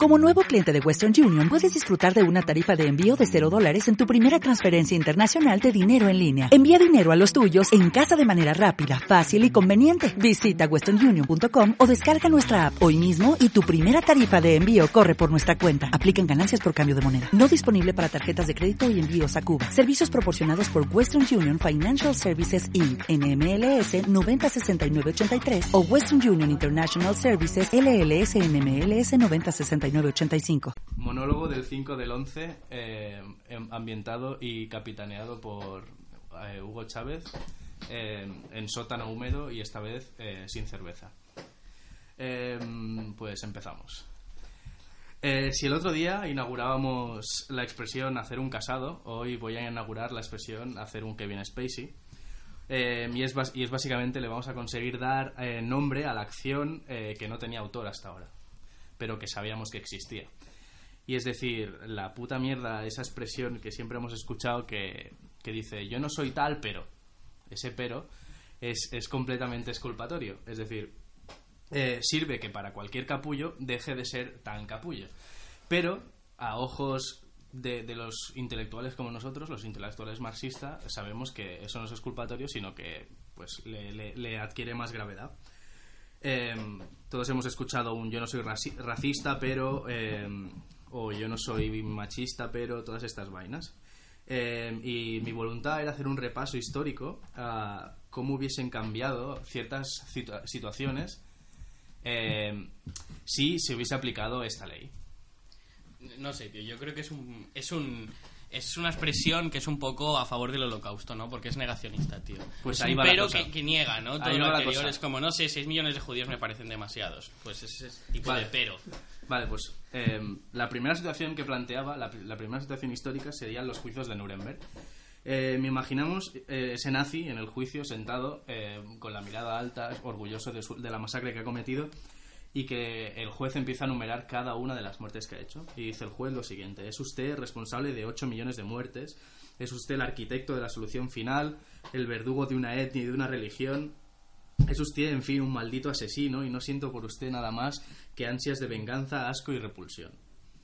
Como nuevo cliente de Western Union, puedes disfrutar de una tarifa de envío de $0 en tu primera transferencia internacional de dinero en línea. Envía dinero a los tuyos en casa de manera rápida, fácil y conveniente. Visita westernunion.com o descarga nuestra app hoy mismo y tu primera tarifa de envío corre por nuestra cuenta. Aplican ganancias por cambio de moneda. No disponible para tarjetas de crédito y envíos a Cuba. Servicios proporcionados por Western Union Financial Services Inc. NMLS 906983 o Western Union International Services LLS NMLS 906985. Monólogo del 5/11, ambientado y capitaneado por Hugo Chávez, en sótano húmedo y esta vez sin cerveza. Pues empezamos. Si el otro día inaugurábamos la expresión hacer un casado, hoy voy a inaugurar la expresión hacer un Kevin Spacey. Y es básicamente le vamos a conseguir dar nombre a la acción que no tenía autor hasta ahora, pero que sabíamos que existía. Y es decir, la puta mierda, esa expresión que siempre hemos escuchado que dice yo no soy tal, pero ese pero es completamente exculpatorio. Es decir, sirve que para cualquier capullo deje de ser tan capullo. Pero a ojos de los intelectuales como nosotros, los intelectuales marxistas, sabemos que eso no es exculpatorio, sino que pues le adquiere más gravedad. Todos hemos escuchado un yo no soy racista, pero o yo no soy machista, pero todas estas vainas. Y mi voluntad era hacer un repaso histórico a cómo hubiesen cambiado ciertas situaciones si se hubiese aplicado esta ley. No sé, tío, yo creo que es una expresión que es un poco a favor del holocausto, ¿no? Porque es negacionista, tío. Pues ahí va la cosa. Pero que niega, ¿no? Todo lo anterior es como, no sé, 6 millones de judíos me parecen demasiados. Pues es ese tipo de pero. Vale, pues la primera situación que planteaba, la primera situación histórica serían los juicios de Nuremberg. Me imaginamos ese nazi en el juicio sentado con la mirada alta, orgulloso de la masacre que ha cometido, y que el juez empieza a numerar cada una de las muertes que ha hecho. Y dice el juez lo siguiente: es usted responsable de 8 millones de muertes, es usted el arquitecto de la solución final, el verdugo de una etnia y de una religión, es usted, en fin, un maldito asesino, y no siento por usted nada más que ansias de venganza, asco y repulsión.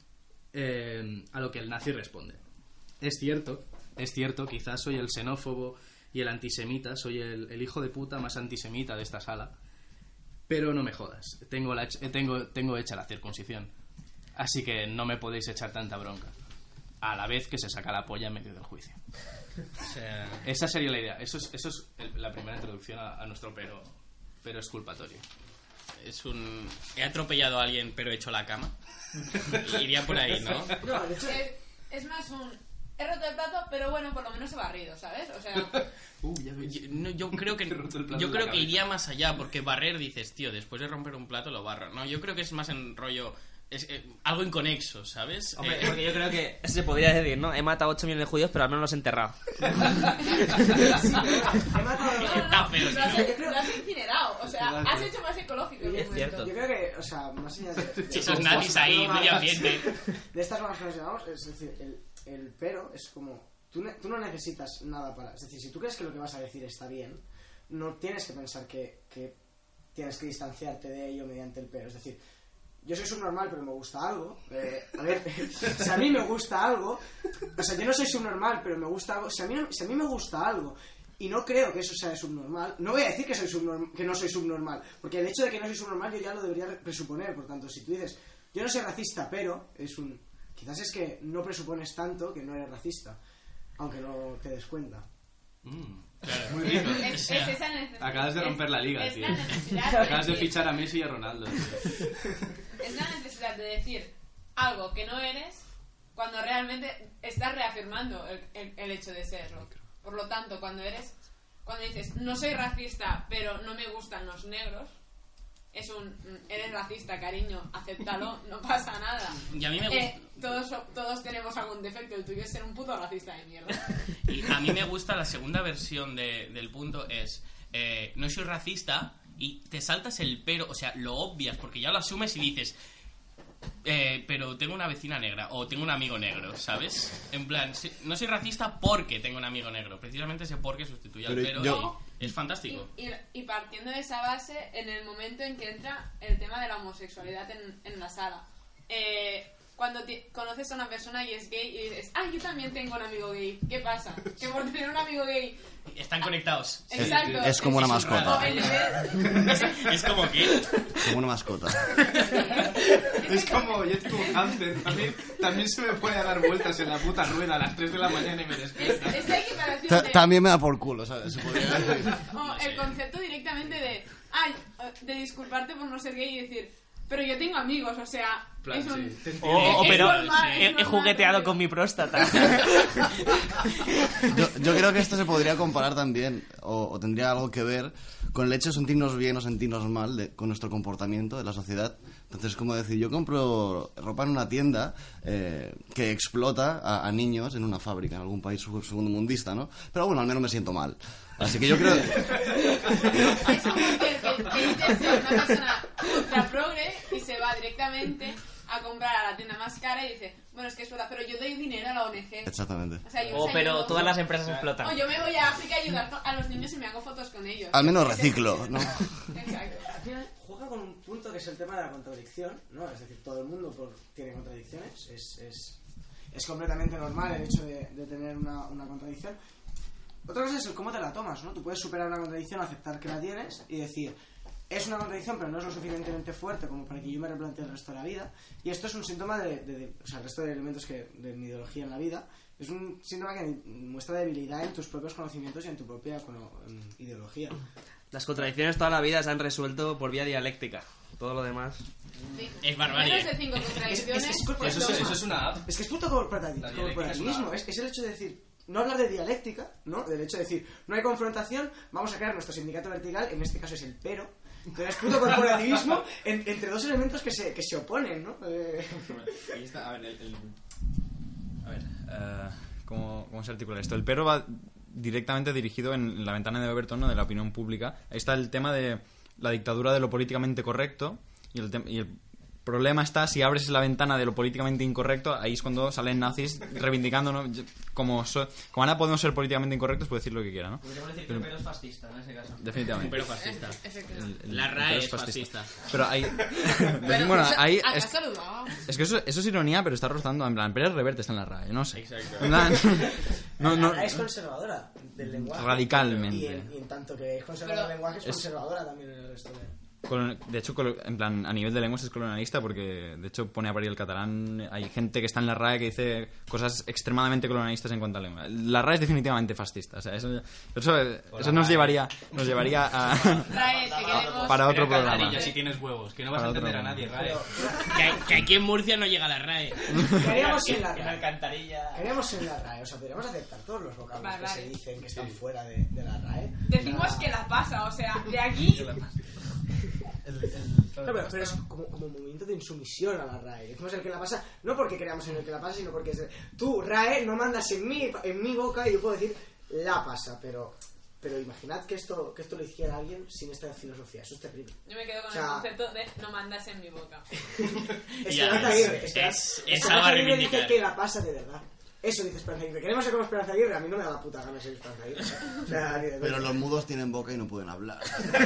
A lo que el nazi responde: es cierto, quizás soy el xenófobo y el antisemita, soy el hijo de puta más antisemita de esta sala, pero no me jodas, tengo hecha la circuncisión, así que no me podéis echar tanta bronca. A la vez que se saca la polla en medio del juicio. O sea, esa sería la idea. Eso es la primera introducción a nuestro pero exculpatorio. He atropellado a alguien pero he hecho la cama. Iría por ahí, ¿no? No, de hecho es más he roto el plato, pero bueno, por lo menos he barrido, ¿sabes? O sea, yo creo que iría más allá, porque barrer dices, tío, después de romper un plato lo barro. No, yo creo que es más en rollo algo inconexo, ¿sabes? Hombre, porque yo creo que se podría decir, ¿no? He matado 8 millones de judíos, pero al menos los he enterrado. he matado lo has incinerado, o sea, has hecho más ecológico. Es cierto. Yo creo que, o sea, más allá de si esos nazis ahí, medio ambiente. De estas cosas que nos llevamos, es decir, el pero es como tú no necesitas nada para, es decir, si tú crees que lo que vas a decir está bien, no tienes que pensar que tienes que distanciarte de ello mediante el pero. Es decir, yo soy subnormal pero me gusta algo, a ver, si a mí me gusta algo, o sea, yo no soy subnormal pero me gusta algo, si a mí me gusta algo y no creo que eso sea subnormal, no voy a decir que no soy subnormal, porque el hecho de que no soy subnormal yo ya lo debería presuponer. Por tanto, si tú dices yo no soy racista pero quizás es que no presupones tanto que no eres racista, aunque no te des cuenta. Claro, muy rico. Es esa necesidad. Acabas de romper la liga, tío. Acabas de fichar a Messi y a Ronaldo, tío. Es la necesidad de decir algo que no eres cuando realmente estás reafirmando el hecho de serlo. Por lo tanto, cuando dices no soy racista pero no me gustan los negros, eres racista, cariño, acéptalo, no pasa nada. Y a mí me gusta. Todos tenemos algún defecto, el tuyo es ser un puto racista de mierda. Y a mí me gusta la segunda versión del punto, es no soy racista, y te saltas el pero, o sea, lo obvias porque ya lo asumes y dices pero tengo una vecina negra o tengo un amigo negro, ¿sabes? En plan, no soy racista porque tengo un amigo negro, precisamente ese porque sustituye al pero y es fantástico. Y partiendo de esa base, en el momento en que entra el tema de la homosexualidad en la sala, cuando conoces a una persona y es gay y dices, yo también tengo un amigo gay. ¿Qué pasa? Que por tener un amigo gay... Están conectados. Exacto. Es como una mascota. O el nivel... Es como que... Como una mascota. Es como, yo tengo un hámster, también se me puede dar vueltas en la puta rueda a las 3 de la mañana y me despierta. Esta equiparación de... También me da por culo, ¿sabes? Se podría decir. O el concepto directamente de disculparte por no ser gay y decir, pero yo tengo amigos, o sea, Plan, es un... sí, te entiendo. Es Pero normal, es he normal, jugueteado pero- con mi próstata. Yo creo que esto se podría comparar también, o tendría algo que ver con el hecho de sentirnos bien o sentirnos mal con nuestro comportamiento de la sociedad. Entonces, como decir, yo compro ropa en una tienda que explota a niños en una fábrica en algún país segundomundista, ¿no? Pero bueno, al menos me siento mal. Así que yo creo... Es como que dice ser una persona ultra progre y se va directamente a comprar a la tienda más cara y dice, bueno, es que explota, pero yo doy dinero a la ONG. Exactamente. O sea, yo Oh, os pero ayudo. todas las empresas explotan. O yo me voy a África a ayudar a los niños y me hago fotos con ellos. Al menos reciclo, ¿no? Exacto. Al final juega con un punto que es el tema de la contradicción, ¿no? Es decir, todo el mundo tiene contradicciones. Es completamente normal el hecho de tener una contradicción. Otra cosa es el cómo te la tomas, ¿no? Tú puedes superar una contradicción, aceptar que la tienes y decir, es una contradicción, pero no es lo suficientemente fuerte como para que yo me replantee el resto de la vida. Y esto es un síntoma o sea, el resto de elementos de mi ideología en la vida. Es un síntoma que muestra debilidad en tus propios conocimientos y en tu propia ideología. Las contradicciones toda la vida se han resuelto por vía dialéctica. Todo lo demás... Sí. Es barbarie. Menos de 5 contradicciones. Eso es una app. Es que es puto La dialéctica es corporativismo. una- Es el hecho de decir, no hablar de dialéctica, ¿no? Del hecho de decir, no hay confrontación, vamos a crear nuestro sindicato vertical, en este caso es el pero. Entonces, puto corporativismo entre dos elementos que se oponen, ¿no? Ahí está, a ver, ¿cómo se articula esto? El pero va directamente dirigido en la ventana de Overton, ¿no? De la opinión pública. Ahí está el tema de la dictadura de lo políticamente correcto y el problema está si abres la ventana de lo políticamente incorrecto, ahí es cuando salen nazis reivindicando, ¿no? Como ahora podemos ser políticamente incorrectos, puede decir lo que quiera, ¿no? Podríamos decir que el pero es fascista en ese caso. Definitivamente. Pero fascista. Efectivamente. La el RAE pero es fascista. Pero hay... Pero, bueno, o sea, ahí... acá saludábamos. Es que eso es ironía, pero está rozando. En plan, Pérez Reverte está en la RAE, no sé. Exacto. En plan, no, Es conservadora del lenguaje. radicalmente. Y en tanto que es conservadora del lenguaje, es conservadora también en el resto de... De hecho, en plan, a nivel de lenguas es colonialista porque, de hecho, pone a parir el catalán. Hay gente que está en la RAE que dice cosas extremadamente colonialistas en cuanto a lengua. La RAE es definitivamente fascista. O sea, eso nos llevaría a... Rae, te queremos. para otro Mira, programa. Canarillo, si tienes huevos, que no vas a Para otro entender a nadie, Rae. Que aquí en Murcia no llega la RAE. ¿Qué haríamos en la En RAE? Alcantarilla... ¿Qué haríamos en la RAE? O sea, podríamos aceptar todos los vocablos que Vale. se dicen que están fuera de la RAE. Decimos que la pasa, o sea, de aquí. No, pero es como un movimiento de insumisión a la RAE. Decimos el que la pasa, no porque creamos en el que la pasa, sino porque tú, RAE, no mandas en mi boca y yo puedo decir la pasa, pero imaginad que esto lo hiciera alguien sin esta filosofía. Eso es terrible. Yo me quedo con O sea, el concepto de no mandas en mi boca. Esperanza Ya, Aguirre. es Esperanza algo a Aguirre dice reivindicar. que la pasa de verdad. Eso dice Esperanza Aguirre. Queremos ser como Esperanza Aguirre. A mí no me da la puta gana ser Esperanza Aguirre. O sea, ni de Pero coña. los mudos tienen boca y no pueden hablar.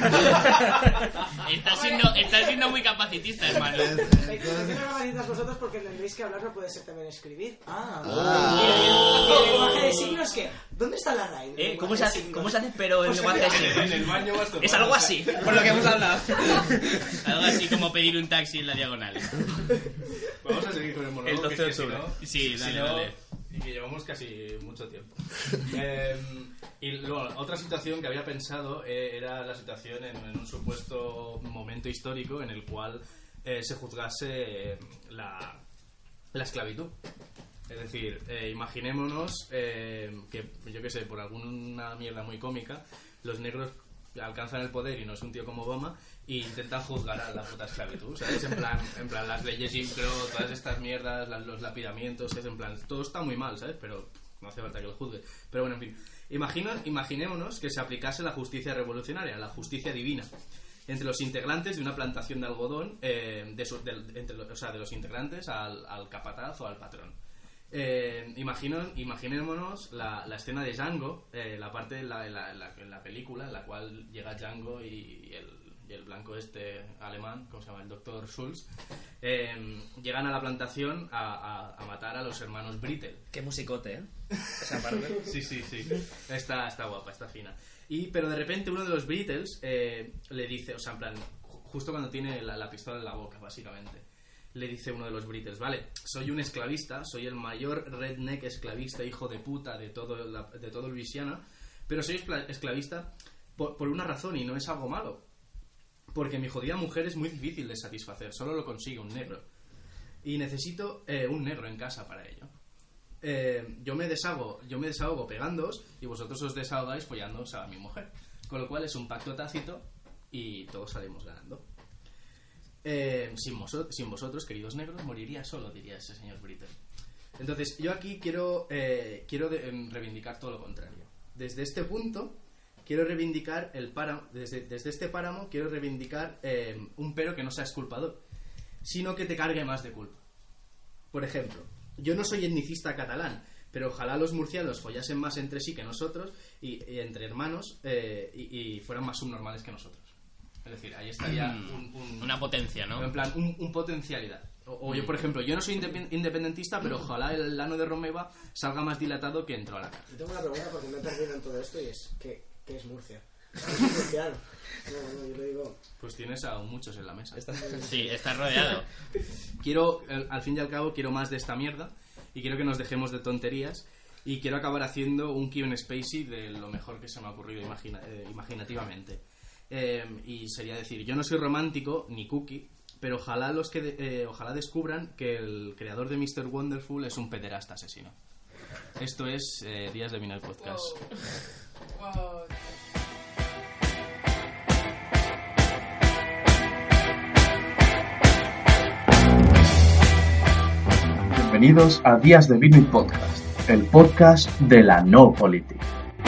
Estás siendo muy capacitista, hermano. ¿Por qué no lo necesitas vosotros? Porque entendéis que hablar no puede ser también escribir. Y el lenguaje de signos, ¿qué? ¿Dónde está la RAE? ¿Cómo se hace pero en lenguaje de En signos? el baño vas Es algo así, por lo que hemos hablado. Algo así como pedir un taxi en la diagonal. Vamos a seguir con el monólogo. El 12 que de es que octubre. Sí, si dale, no- dale. Y que llevamos casi mucho tiempo. Y luego, otra situación que había pensado era la situación en un supuesto momento histórico en el cual se juzgase la esclavitud. Es decir, imaginémonos que, yo qué sé, por alguna mierda muy cómica, los negros alcanzan el poder y no es un tío como Obama e intentan juzgar a la puta esclavitud, ¿sabes? En plan las leyes Jim Crow, todas estas mierdas, los lapidamientos, es en plan, todo está muy mal, ¿sabes? Pero no hace falta que lo juzgue. Pero bueno, en fin, imaginémonos que se aplicase la justicia revolucionaria, la justicia divina, entre los integrantes de una plantación de algodón, de los integrantes al capataz o al patrón. Imaginémonos la escena de Django, la parte en la película en la cual llega Django y y el blanco este alemán, ¿cómo se llama? El doctor Schulz, llegan a la plantación a matar a los hermanos Brittle. Qué musicote, ¿eh? Esa parte. Sí. Está guapa, está fina. Pero de repente uno de los Brittles le dice, o sea, en plan, justo cuando tiene la pistola en la boca, básicamente, le dice uno de los Brittles, vale, soy un esclavista, soy el mayor redneck esclavista, hijo de puta de todo Luisiana, pero soy esclavista por una razón y no es algo malo. Porque mi jodida mujer es muy difícil de satisfacer, solo lo consigue un negro. Y necesito un negro en casa para ello. Yo me desahogo pegándoos y vosotros os desahogáis follándoos a mi mujer. Con lo cual es un pacto tácito y todos salimos ganando. Sin vosotros, queridos negros, moriría solo, diría ese señor Brittle. Entonces, yo aquí quiero reivindicar todo lo contrario. Desde este punto, quiero reivindicar el páramo. Desde este páramo, quiero reivindicar un pero que no sea exculpador, sino que te cargue más de culpa. Por ejemplo, yo no soy etnicista catalán, pero ojalá los murcianos follasen más entre sí que nosotros y entre hermanos y fueran más subnormales que nosotros. Es decir, ahí estaría una potencia, ¿no? En plan, un potencialidad. O yo, por ejemplo, yo no soy independentista, pero ojalá el ano de Romeva salga más dilatado que entró a la cárcel. Yo tengo una pregunta porque me he perdido en todo esto y es, ¿qué es Murcia? ¿Es murciano? No, yo te digo... Pues tienes a muchos en la mesa. Sí, estás rodeado. Al fin y al cabo, quiero más de esta mierda y quiero que nos dejemos de tonterías y quiero acabar haciendo un Kevin Spacey de lo mejor que se me ha ocurrido imaginativamente. Y sería decir, yo no soy romántico ni cookie, pero ojalá ojalá descubran que el creador de Mr. Wonderful es un pederasta asesino. Esto es Días de Vino el podcast. Wow. Bienvenidos a Días de Vino y Podcast, el podcast de la no política.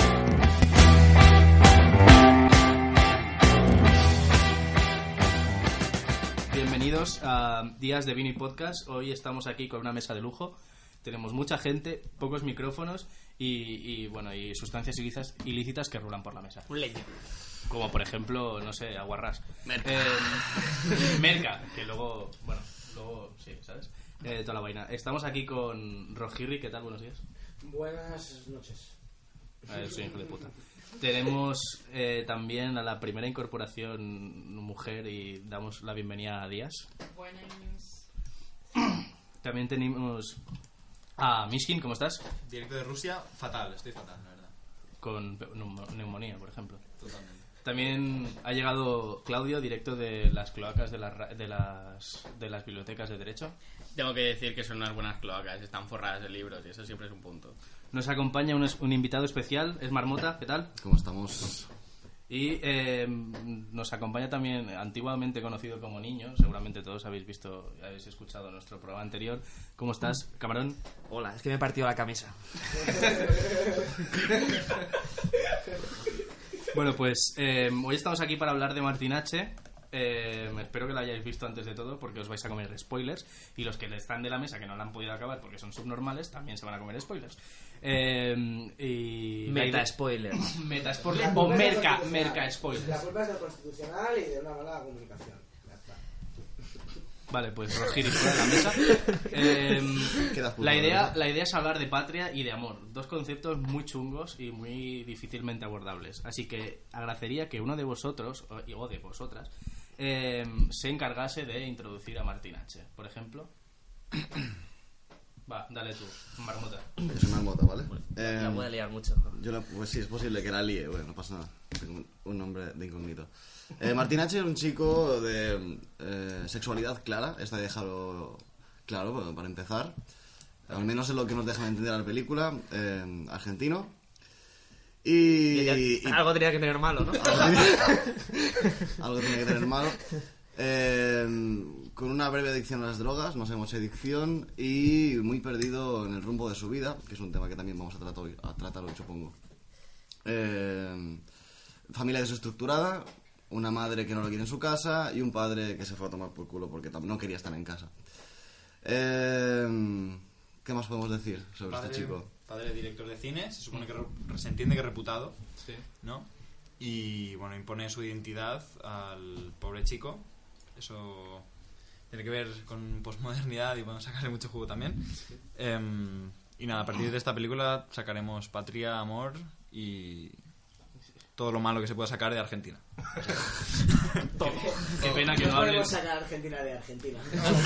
Bienvenidos a Días de Vino y Podcast. Hoy estamos aquí con una mesa de lujo. Tenemos mucha gente, pocos micrófonos y sustancias ilícitas que rulan por la mesa. Un leño. Como por ejemplo, no sé, aguarrás. Merca, que luego sí, ¿sabes? Toda la vaina. Estamos aquí con Rojirri, ¿qué tal? Buenos días. Buenas noches. Soy hijo de puta. Tenemos también a la primera incorporación mujer y damos la bienvenida a Díaz. Buenas. También tenemos a Mishkin, ¿cómo estás? Directo de Rusia, estoy fatal, la verdad. Con neumonía, por ejemplo. Totalmente. También ha llegado Claudio, directo de las cloacas de las bibliotecas de Derecho. Tengo que decir que son unas buenas cloacas, están forradas de libros y eso siempre es un punto. Nos acompaña un invitado especial, es Marmota, ¿qué tal? ¿Cómo estamos? Y nos acompaña también, antiguamente conocido como Niño, seguramente todos habéis escuchado nuestro programa anterior. ¿Cómo estás, camarón? Hola, es que me he partido la camisa. Bueno, pues hoy estamos aquí para hablar de Martin H. Espero que lo hayáis visto antes de todo porque os vais a comer spoilers y los que están de la mesa que no la han podido acabar porque son subnormales también se van a comer spoilers. Meta spoilers. Meta spoilers o merca spoilers. La culpa es del Constitucional y de una mala comunicación. Ya está. Vale, pues Rojiri fuera de la mesa. La idea es hablar de patria y de amor, dos conceptos muy chungos y muy difícilmente abordables. Así que agradecería que uno de vosotros o de vosotras se encargase de introducir a Martin H. Por ejemplo. Va, dale tú, Marmota. Es una marmota, ¿vale? La voy a liar mucho. Pues sí, es posible que la líe. Bueno, no pasa nada. Tengo un nombre de incógnito. Martin H. es un chico de sexualidad clara. Esto hay que dejarlo claro para empezar. Al menos es lo que nos dejan entender la película. Argentino. Y algo tenía que tener malo, ¿no? Algo tenía que tener malo. Con una breve adicción a las drogas, no sé mucha adicción, y muy perdido en el rumbo de su vida, que es un tema que también vamos a tratar hoy, supongo. Familia desestructurada, una madre que no lo quiere en su casa y un padre que se fue a tomar por culo porque no quería estar en casa. ¿Qué más podemos decir sobre este chico? Padre director de cine, se supone que se entiende que reputado, Sí. ¿no? y bueno, impone su identidad al pobre chico. Eso tiene que ver con posmodernidad y podemos sacarle mucho jugo también. Y nada, a partir de esta película sacaremos patria, amor y todo lo malo que se pueda sacar de Argentina. Todo. Qué pena que no podemos hables. sacar a Argentina de Argentina.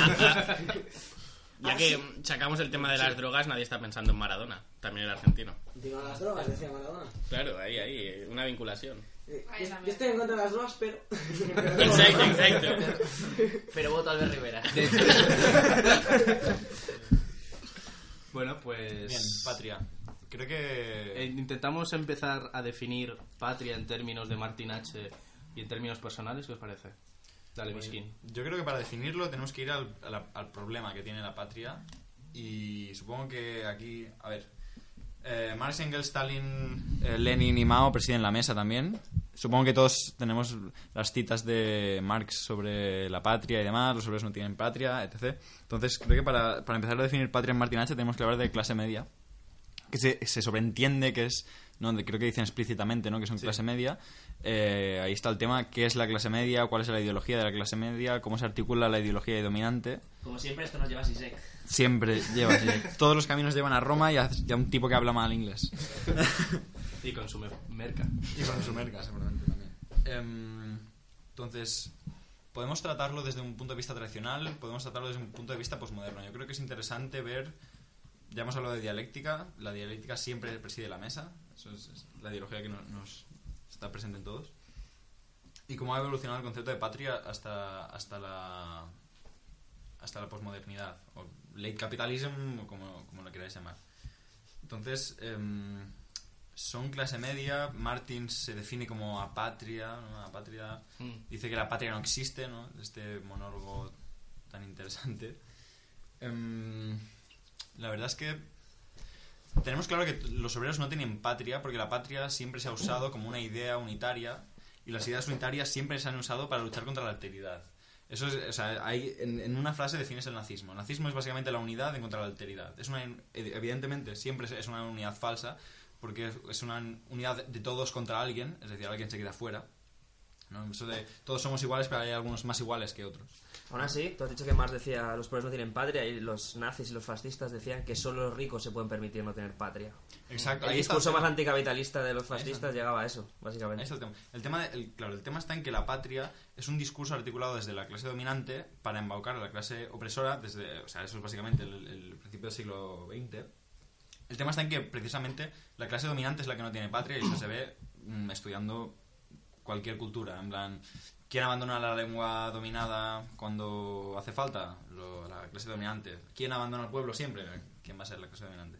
Ya que sacamos el tema de las drogas, nadie está pensando en Maradona, también el argentino. Digo, las drogas, decía Maradona. Claro, ahí, una vinculación. Yo estoy en contra de las drogas, pero... Exacto. Pero voto a Albert Rivera. Bueno, pues... Bien, patria. Creo que... intentamos empezar a definir patria en términos de Martin H. y en términos personales, ¿qué os parece? Dale, Miskin. Yo creo que para definirlo tenemos que ir al problema que tiene la patria. Y supongo que aquí... A ver... Marx, Engels, Stalin, Lenin y Mao presiden la mesa también. Supongo que todos tenemos las citas de Marx sobre la patria y demás, los obreros no tienen patria, etc. Entonces creo que para empezar a definir patria en Martin H. tenemos que hablar de clase media, que se sobreentiende que es... No, creo que dicen explícitamente, ¿no?, que son clase media. Ahí está el tema: ¿qué es la clase media? ¿Cuál es la ideología de la clase media? ¿Cómo se articula la ideología dominante? Como siempre, esto nos lleva a Sisek. Siempre lleva así. Todos los caminos llevan a Roma y a un tipo que habla mal inglés. Y consume merca. Y consume merca, seguramente también. Entonces, podemos tratarlo desde un punto de vista tradicional, podemos tratarlo desde un punto de vista posmoderno. Yo creo que es interesante ver... Ya hemos hablado de dialéctica. La dialéctica siempre preside la mesa. Eso es la ideología que nos está presente en todos. Y cómo ha evolucionado el concepto de patria hasta la posmodernidad, o late capitalism, o como lo queráis llamar. Entonces, son clase media. Martin se define como apatria, ¿no? Apatria. Dice que la patria no existe, ¿no? Este monólogo tan interesante. La verdad es que tenemos claro que los obreros no tienen patria, porque la patria siempre se ha usado como una idea unitaria, y las ideas unitarias siempre se han usado para luchar contra la alteridad. Eso es, o sea, en una frase defines el nazismo. El nazismo es básicamente la unidad en contra de la alteridad. Evidentemente siempre es una unidad falsa, porque es una unidad de todos contra alguien, es decir, alguien se queda fuera, ¿no? Eso de todos somos iguales, pero hay algunos más iguales que otros. Aún así, tú has dicho que Marx decía los pobres no tienen patria, y los nazis y los fascistas decían que solo los ricos se pueden permitir no tener patria. Exacto. El discurso más anticapitalista de los fascistas llegaba a eso, básicamente. Ahí está el tema está en que la patria es un discurso articulado desde la clase dominante para embaucar a la clase opresora, o sea, eso es básicamente el principio del siglo XX. El tema está en que precisamente la clase dominante es la que no tiene patria, y eso se ve estudiando cualquier cultura. En plan, ¿quién abandona la lengua dominada cuando hace falta? La clase dominante. ¿Quién abandona el pueblo siempre? ¿Quién va a ser la clase dominante?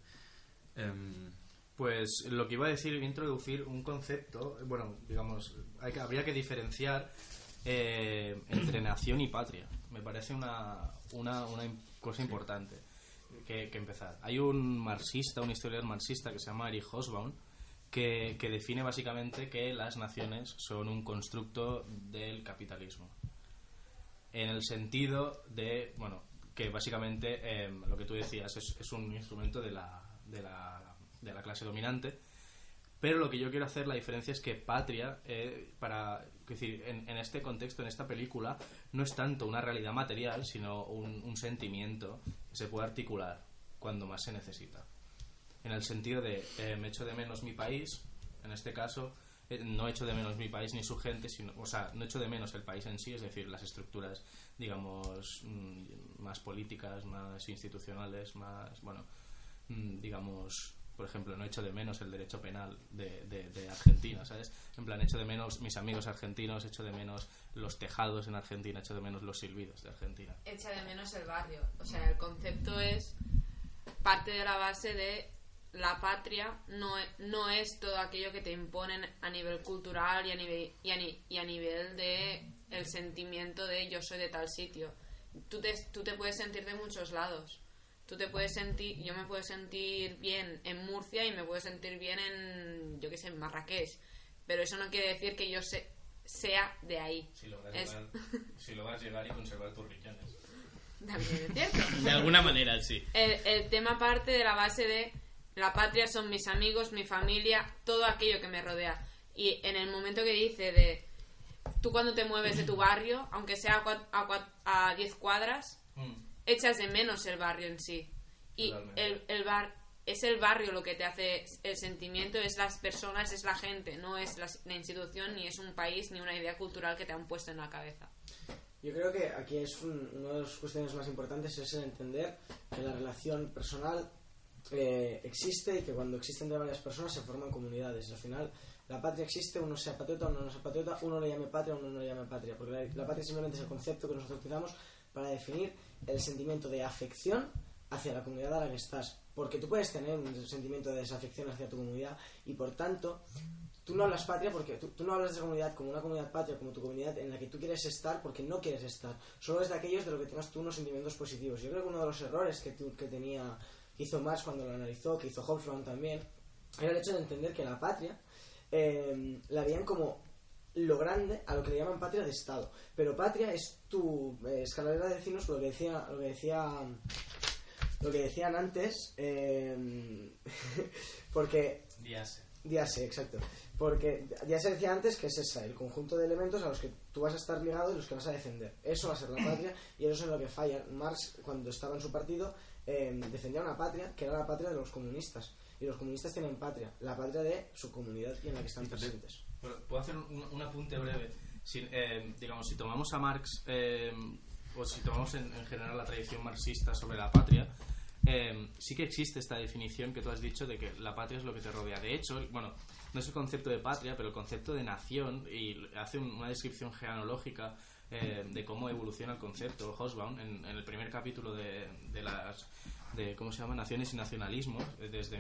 Pues lo que iba a decir, iba a introducir un concepto, bueno, digamos, habría que diferenciar entre nación y patria. Me parece una cosa importante que empezar. Hay un marxista, un historiador marxista que se llama Erich Hobsbawm, que define básicamente que las naciones son un constructo del capitalismo, en el sentido de, bueno, que básicamente lo que tú decías es un instrumento de la clase dominante. Pero lo que yo quiero hacer, la diferencia es que patria, es decir, en este contexto, en esta película, no es tanto una realidad material, sino un sentimiento que se puede articular cuando más se necesita. En el sentido de, me echo de menos mi país, en este caso, no echo de menos mi país ni su gente, o sea, no echo de menos el país en sí, es decir, las estructuras, digamos, más políticas, más institucionales, más, bueno, digamos, por ejemplo, no echo de menos el derecho penal de Argentina, ¿sabes? En plan, echo de menos mis amigos argentinos, echo de menos los tejados en Argentina, echo de menos los silbidos de Argentina. Echa de menos el barrio. O sea, el concepto es parte de la base de la patria, no es todo aquello que te imponen a nivel cultural y a nivel de el sentimiento de yo soy de tal sitio. Tú te puedes sentir de muchos lados. Yo me puedo sentir bien en Murcia y me puedo sentir bien en, yo qué sé, en Marrakech. Pero eso no quiere decir que yo sea de ahí. Si logras llegar y conservar tus riñones. También es cierto. De alguna manera, sí. El tema parte de la base de la patria son mis amigos, mi familia, todo aquello que me rodea. Y en el momento que dice de... Tú cuando te mueves de tu barrio, aunque sea a 10 cuadras, echas de menos el barrio en sí. Y es el barrio lo que te hace el sentimiento, es las personas, es la gente, no es la institución, ni es un país, ni una idea cultural que te han puesto en la cabeza. Yo creo que aquí es una de las cuestiones más importantes, es el entender que la relación personal existe y que cuando existen de varias personas se forman comunidades. Al final la patria existe, uno sea patriota, uno no sea patriota, uno le llame patria, uno no le llame patria, porque la patria simplemente es el concepto que nosotros utilizamos para definir el sentimiento de afección hacia la comunidad a la que estás, porque tú puedes tener un sentimiento de desafección hacia tu comunidad y por tanto tú no hablas patria porque tú no hablas de esa comunidad como una comunidad patria, como tu comunidad en la que tú quieres estar porque no quieres estar, solo es de aquellos de lo que tengas tú unos sentimientos positivos. Yo creo que uno de los errores que hizo Marx cuando lo analizó, que hizo Hobsbawm también, era el hecho de entender que la patria la veían como lo grande a lo que le llaman patria de Estado, pero patria es tu escaladera de vecinos, lo que decían antes, porque Díase, exacto, porque ya se decía antes que es esa, el conjunto de elementos a los que tú vas a estar ligado y los que vas a defender, eso va a ser la patria, y eso es en lo que falla. Marx, cuando estaba en su partido, defendía una patria que era la patria de los comunistas, y los comunistas tienen patria, la patria de su comunidad y en la que están presentes. ¿Puedo hacer un apunte breve? Si tomamos a Marx, o si tomamos en general la tradición marxista sobre la patria, sí que existe esta definición que tú has dicho de que la patria es lo que te rodea. De hecho, bueno, no es el concepto de patria, pero el concepto de nación, y hace una descripción genealógica de cómo evoluciona el concepto Hobsbawm en el primer capítulo de ¿cómo se llama? Naciones y nacionalismos, desde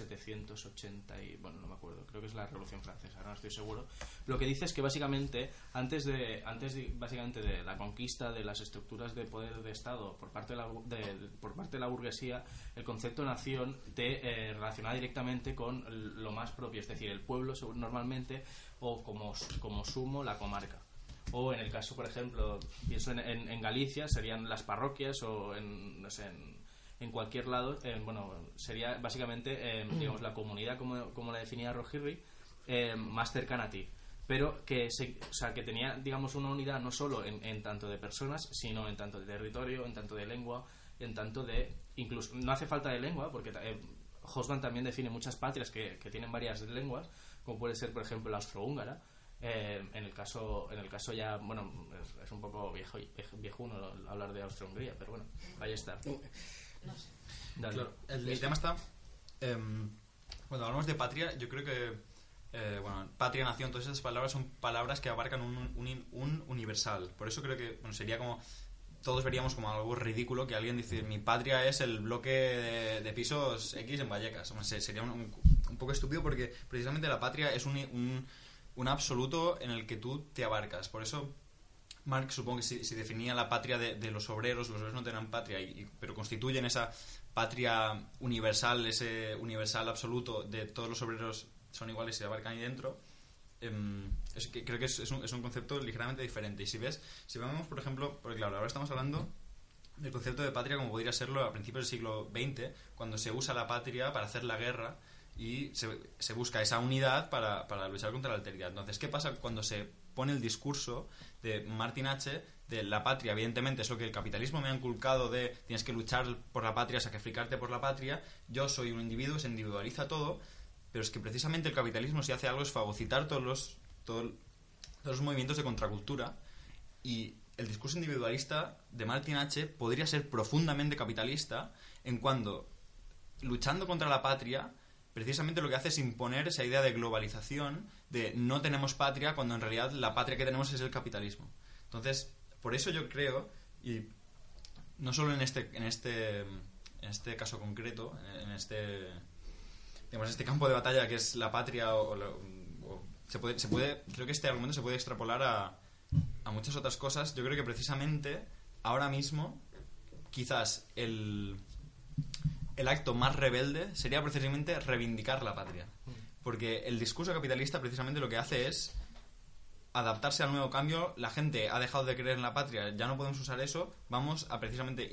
1780 y, bueno, no me acuerdo, creo que es la Revolución Francesa, no estoy seguro. Lo que dice es que básicamente antes de la conquista de las estructuras de poder de Estado por parte de la burguesía, el concepto nación te relaciona directamente con lo más propio, es decir, el pueblo normalmente, o como sumo la comarca. O en el caso, por ejemplo, pienso en Galicia, serían las parroquias, o en cualquier lado, sería básicamente, digamos, la comunidad, como la definía Rohirri, más cercana a ti. Pero que tenía, digamos, una unidad no solo en tanto de personas, sino en tanto de territorio, en tanto de lengua, en tanto de... Incluso, no hace falta de lengua, porque Hobsbawm también define muchas patrias que tienen varias lenguas, como puede ser, por ejemplo, la austrohúngara. En el caso ya, bueno, es un poco viejuno hablar de Austria-Hungría, pero bueno, ahí está. No sé. Claro, el tema está, cuando hablamos de patria, yo creo que patria, nación, todas esas palabras son palabras que abarcan un universal. Por eso creo que sería como, todos veríamos como algo ridículo que alguien dice mi patria es el bloque de pisos X en Vallecas. Sería un poco estúpido, porque precisamente la patria es un absoluto en el que tú te abarcas. Por eso Marx, supongo que si definía la patria de los obreros no tenían patria, pero constituyen esa patria universal, ese universal absoluto de todos los obreros son iguales y se abarcan ahí dentro. Creo que es un concepto ligeramente diferente. Y si vemos, por ejemplo, porque claro, ahora estamos hablando del concepto de patria como podría serlo a principios del siglo XX, cuando se usa la patria para hacer la guerra y se busca esa unidad para luchar contra la alteridad. Entonces, ¿qué pasa cuando se pone el discurso de Martin H. de la patria? Evidentemente es lo que el capitalismo me ha inculcado, de tienes que luchar por la patria, sacrificarte por la patria, yo soy un individuo, se individualiza todo, pero es que precisamente el capitalismo, si hace algo, es fagocitar todos los movimientos de contracultura, y el discurso individualista de Martin H. podría ser profundamente capitalista, en cuando, luchando contra la patria, precisamente lo que hace es imponer esa idea de globalización, de no tenemos patria, cuando en realidad la patria que tenemos es el capitalismo. Entonces, por eso yo creo, y no solo en este caso concreto, en este campo de batalla que es la patria, creo que este argumento se puede extrapolar a muchas otras cosas. Yo creo que precisamente ahora mismo quizás el acto más rebelde sería precisamente reivindicar la patria, porque el discurso capitalista precisamente lo que hace es adaptarse al nuevo cambio. La gente ha dejado de creer en la patria, ya no podemos usar eso, vamos a precisamente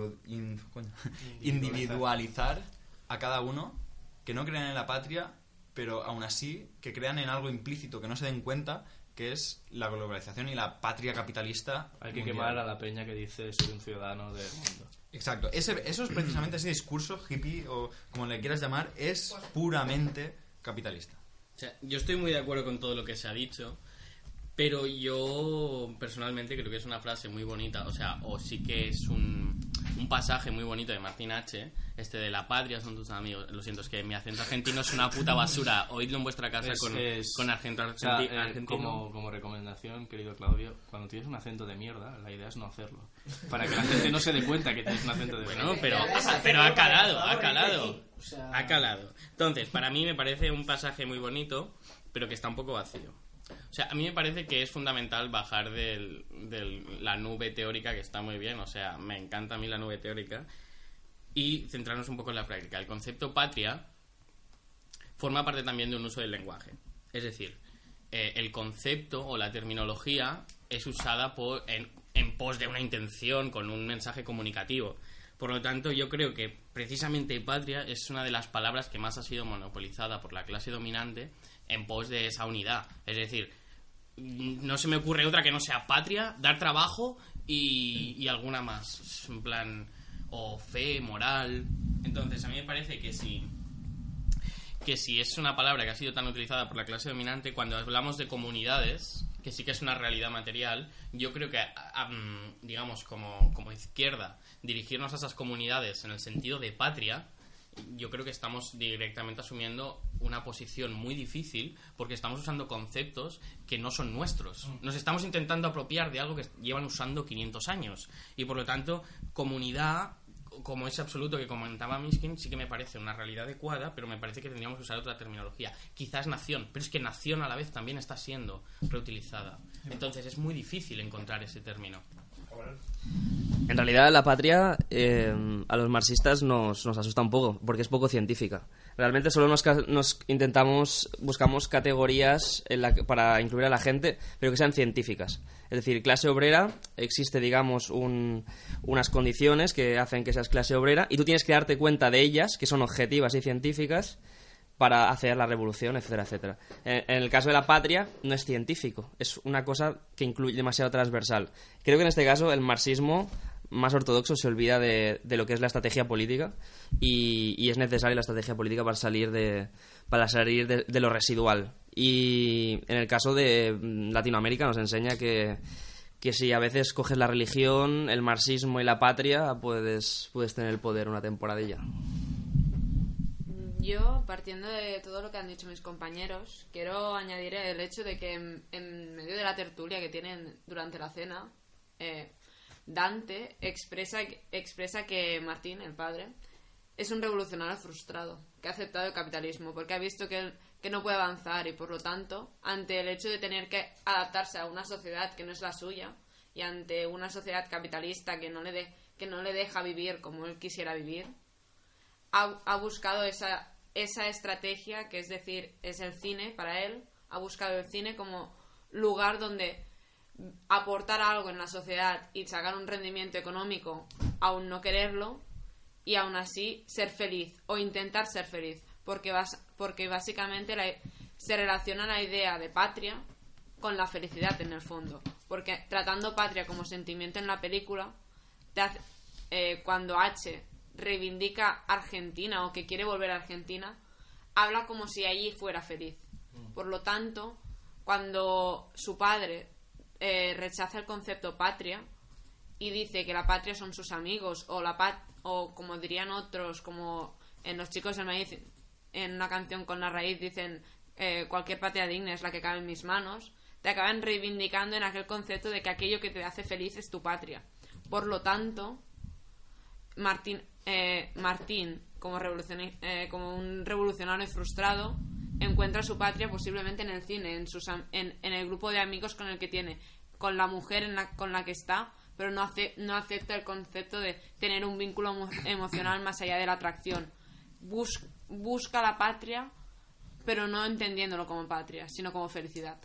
individualizar a cada uno, que no crean en la patria, pero aún así que crean en algo implícito que no se den cuenta, que es la globalización y la patria capitalista. Hay que mundial. quemar a la peña que dice soy un ciudadano del mundo. Exacto, eso es precisamente ese discurso hippie o como le quieras llamar, es puramente capitalista. O sea, yo estoy muy de acuerdo con todo lo que se ha dicho, pero yo personalmente creo que es una frase muy bonita, o sí que es un pasaje muy bonito de Martín H., de la patria son tus amigos. Lo siento, es que mi acento argentino es una puta basura. Oídlo en vuestra casa con acento argentino. Como recomendación, querido Claudio, cuando tienes un acento de mierda, la idea es no hacerlo. Para que la gente no se dé cuenta que tienes un acento de mierda. Bueno, pero ha calado. Ha calado. Entonces, para mí me parece un pasaje muy bonito, pero que está un poco vacío. O sea, a mí me parece que es fundamental bajar de la nube teórica, que está muy bien, o sea, me encanta a mí la nube teórica, y centrarnos un poco en la práctica. El concepto patria forma parte también de un uso del lenguaje. Es decir, el concepto o la terminología es usada en pos de una intención, con un mensaje comunicativo. Por lo tanto, yo creo que precisamente patria es una de las palabras que más ha sido monopolizada por la clase dominante en pos de esa unidad. Es decir, no se me ocurre otra que no sea patria, dar trabajo y alguna más. En plan, o fe, moral. Entonces, a mí me parece que si es una palabra que ha sido tan utilizada por la clase dominante, cuando hablamos de comunidades, que sí que es una realidad material, yo creo que, digamos, como izquierda, dirigirnos a esas comunidades en el sentido de patria, yo creo que estamos directamente asumiendo una posición muy difícil, porque estamos usando conceptos que no son nuestros. Nos estamos intentando apropiar de algo que llevan usando 500 años. Y por lo tanto, comunidad, como ese absoluto que comentaba Mishkin, sí que me parece una realidad adecuada, pero me parece que tendríamos que usar otra terminología. Quizás nación, pero es que nación a la vez también está siendo reutilizada. Entonces es muy difícil encontrar ese término. En realidad la patria a los marxistas nos asusta un poco, porque es poco científica. Realmente solo buscamos categorías para incluir a la gente, pero que sean científicas. Es decir, clase obrera, existe, digamos, unas condiciones que hacen que seas clase obrera, y tú tienes que darte cuenta de ellas, que son objetivas y científicas, para hacer la revolución, etcétera, etcétera. En el caso de la patria, no es científico, es una cosa que incluye demasiado transversal. Creo que en este caso el marxismo más ortodoxo se olvida de lo que es la estrategia política, y es necesaria la estrategia política para salir de lo residual. Y en el caso de Latinoamérica nos enseña que si a veces coges la religión, el marxismo y la patria, puedes tener el poder una temporadilla. Yo, partiendo de todo lo que han dicho mis compañeros, quiero añadir el hecho de que en medio de la tertulia que tienen durante la cena, Dante expresa que Martín, el padre, es un revolucionario frustrado, que ha aceptado el capitalismo porque ha visto que no puede avanzar, y por lo tanto, ante el hecho de tener que adaptarse a una sociedad que no es la suya, y ante una sociedad capitalista que no le deja vivir como él quisiera vivir, ha buscado esa estrategia, que es decir, es el cine para él. Ha buscado el cine como lugar donde aportar algo en la sociedad y sacar un rendimiento económico, aún no quererlo, y aún así ser feliz o intentar ser feliz, porque básicamente se relaciona la idea de patria con la felicidad en el fondo, porque tratando patria como sentimiento en la película, cuando H reivindica Argentina o que quiere volver a Argentina, habla como si allí fuera feliz. Por lo tanto, cuando su padre rechaza el concepto patria y dice que la patria son sus amigos, o como dirían otros, como en Los Chicos del Maíz, en una canción con La Raíz dicen cualquier patria digna es la que cabe en mis manos, te acaban reivindicando en aquel concepto de que aquello que te hace feliz es tu patria. Por lo tanto, Martín, como un revolucionario frustrado, encuentra su patria posiblemente en el cine, en el grupo de amigos con el que tiene, con la mujer con la que está, pero no acepta el concepto de tener un vínculo emocional más allá de la atracción. Busca la patria, pero no entendiéndolo como patria, sino como felicidad.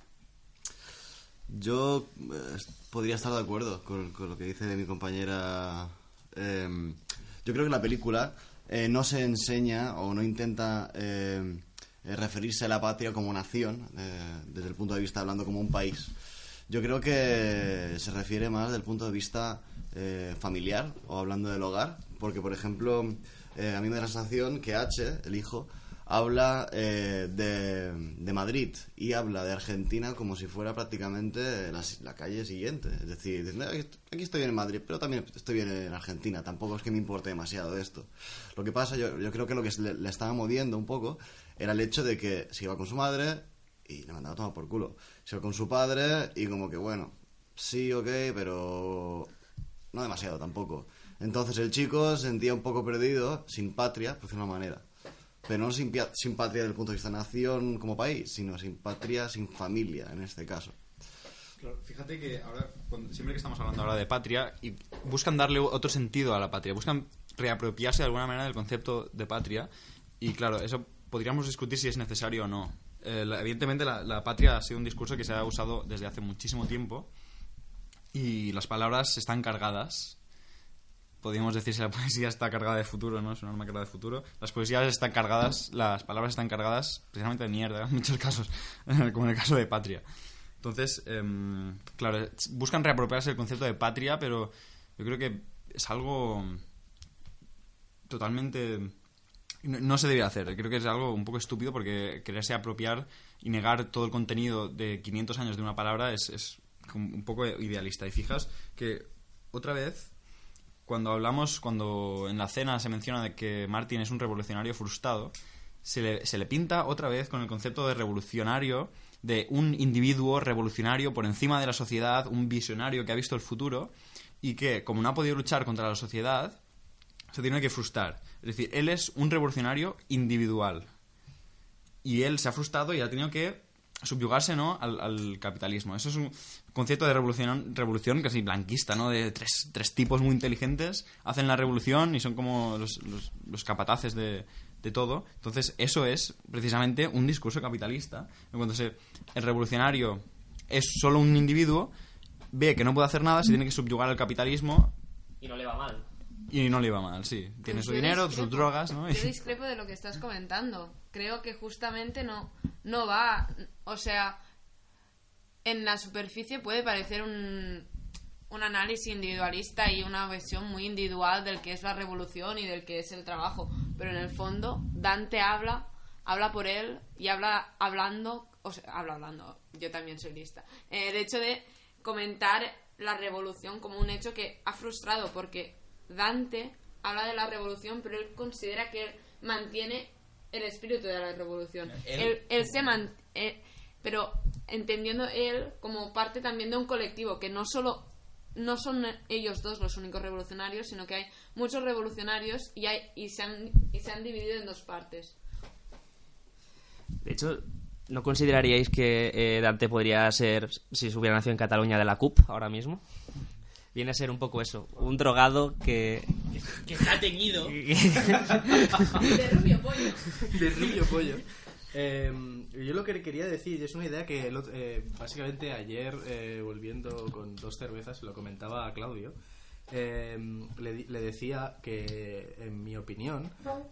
Yo podría estar de acuerdo con lo que dice mi compañera. Yo creo que la película no se enseña o no intenta referirse a la patria como nación, desde el punto de vista hablando como un país. Yo creo que se refiere más del punto de vista familiar o hablando del hogar, porque por ejemplo a mí me da la sensación que H, el hijo, habla de Madrid y habla de Argentina como si fuera prácticamente la calle siguiente. Es decir, aquí estoy bien en Madrid, pero también estoy bien en Argentina. Tampoco es que me importe demasiado esto. Lo que pasa, yo creo que lo que le estaba moviendo un poco era el hecho de que se iba con su madre y le mandaba a tomar por culo. Se iba con su padre y como que, bueno, sí, ok, pero no demasiado tampoco. Entonces el chico se sentía un poco perdido, sin patria, por decirlo de una manera. Pero no sin patria desde el punto de vista nación como país, sino sin patria, sin familia, en este caso. Claro, fíjate que ahora, siempre que estamos hablando ahora de patria, y buscan darle otro sentido a la patria, buscan reapropiarse de alguna manera del concepto de patria, y claro, eso podríamos discutir si es necesario o no. Evidentemente la patria ha sido un discurso que se ha usado desde hace muchísimo tiempo, y las palabras están cargadas. Podríamos decir si la poesía está cargada de futuro, ¿no? Es un arma cargada de futuro. Las poesías están cargadas, las palabras están cargadas precisamente de mierda, en muchos casos, como en el caso de patria. Entonces, claro, buscan reapropiarse el concepto de patria, pero yo creo que es algo totalmente... No se debería hacer. Creo que es algo un poco estúpido porque quererse apropiar y negar todo el contenido de 500 años de una palabra es un poco idealista. Y fijas que otra vez... Cuando en la cena se menciona de que Martin es un revolucionario frustrado, se le pinta otra vez con el concepto de revolucionario, de un individuo revolucionario por encima de la sociedad, un visionario que ha visto el futuro y que, como no ha podido luchar contra la sociedad, se tiene que frustrar. Es decir, él es un revolucionario individual y él se ha frustrado y ha tenido que subyugarse, ¿no?, al capitalismo. Eso es un concepto de revolución casi blanquista, ¿no? De tres tipos muy inteligentes hacen la revolución y son como los capataces de todo. Entonces eso es precisamente un discurso capitalista. Cuando el revolucionario es solo un individuo, ve que no puede hacer nada, se tiene que subyugar al capitalismo y no le va mal. Y no le va mal, sí. Tiene su dinero, sus drogas, ¿no? Yo discrepo de lo que estás comentando. Creo que justamente no va... O sea, en la superficie puede parecer un análisis individualista y una visión muy individual del que es la revolución y del que es el trabajo. Pero en el fondo, Dante habla por él y habla hablando... O sea, habla hablando. Yo también soy lista. El hecho de comentar la revolución como un hecho que ha frustrado, porque Dante habla de la revolución, pero él considera que él mantiene el espíritu de la revolución. Él se mantiene, pero entendiendo él como parte también de un colectivo, que no son ellos dos los únicos revolucionarios, sino que hay muchos revolucionarios y se han dividido en dos partes. De hecho, ¿no consideraríais que Dante podría ser, si se hubiera nacido en Cataluña, de la CUP ahora mismo? Viene a ser un poco eso, un drogado que está teñido. De rubio pollo. De rubio pollo. Yo lo que quería decir, es una idea que básicamente ayer, volviendo con 2 cervezas, lo comentaba a Claudio, le decía que, en mi opinión,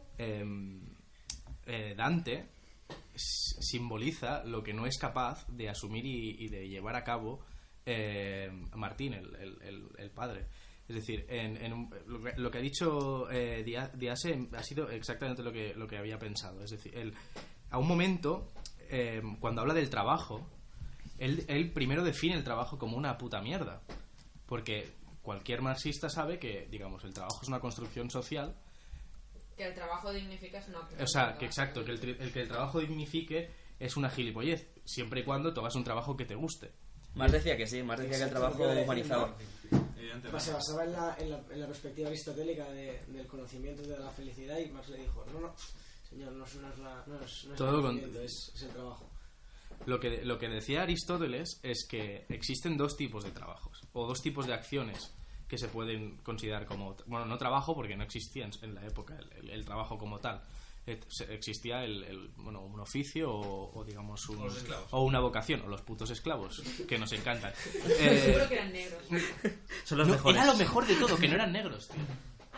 Dante simboliza lo que no es capaz de asumir y de llevar a cabo Martín, el padre. Es decir, lo que ha dicho Diase ha sido exactamente lo que había pensado. Es decir, a un momento, cuando habla del trabajo, él primero define el trabajo como una puta mierda, porque cualquier marxista sabe que, digamos, el trabajo es una construcción social. Que el trabajo dignifica es una puta. O sea, que exacto, que el trabajo dignifique es una gilipollez, siempre y cuando tú hagas un trabajo que te guste. Más decía que sí, más decía que el trabajo humanizaba. Se basaba en la perspectiva aristotélica del conocimiento de la felicidad, y Marx le dijo, no, señor, no es todo es el trabajo. Lo que decía Aristóteles es que existen 2 tipos de trabajos, o 2 tipos de acciones que se pueden considerar como... Bueno, no trabajo, porque no existía en la época el trabajo como tal. Existía un oficio o digamos o una vocación, o los putos esclavos, que nos encantan. Seguro que eran negros. Son los mejores. Era lo mejor de todo, que no eran negros, tío. Ah, ¿no?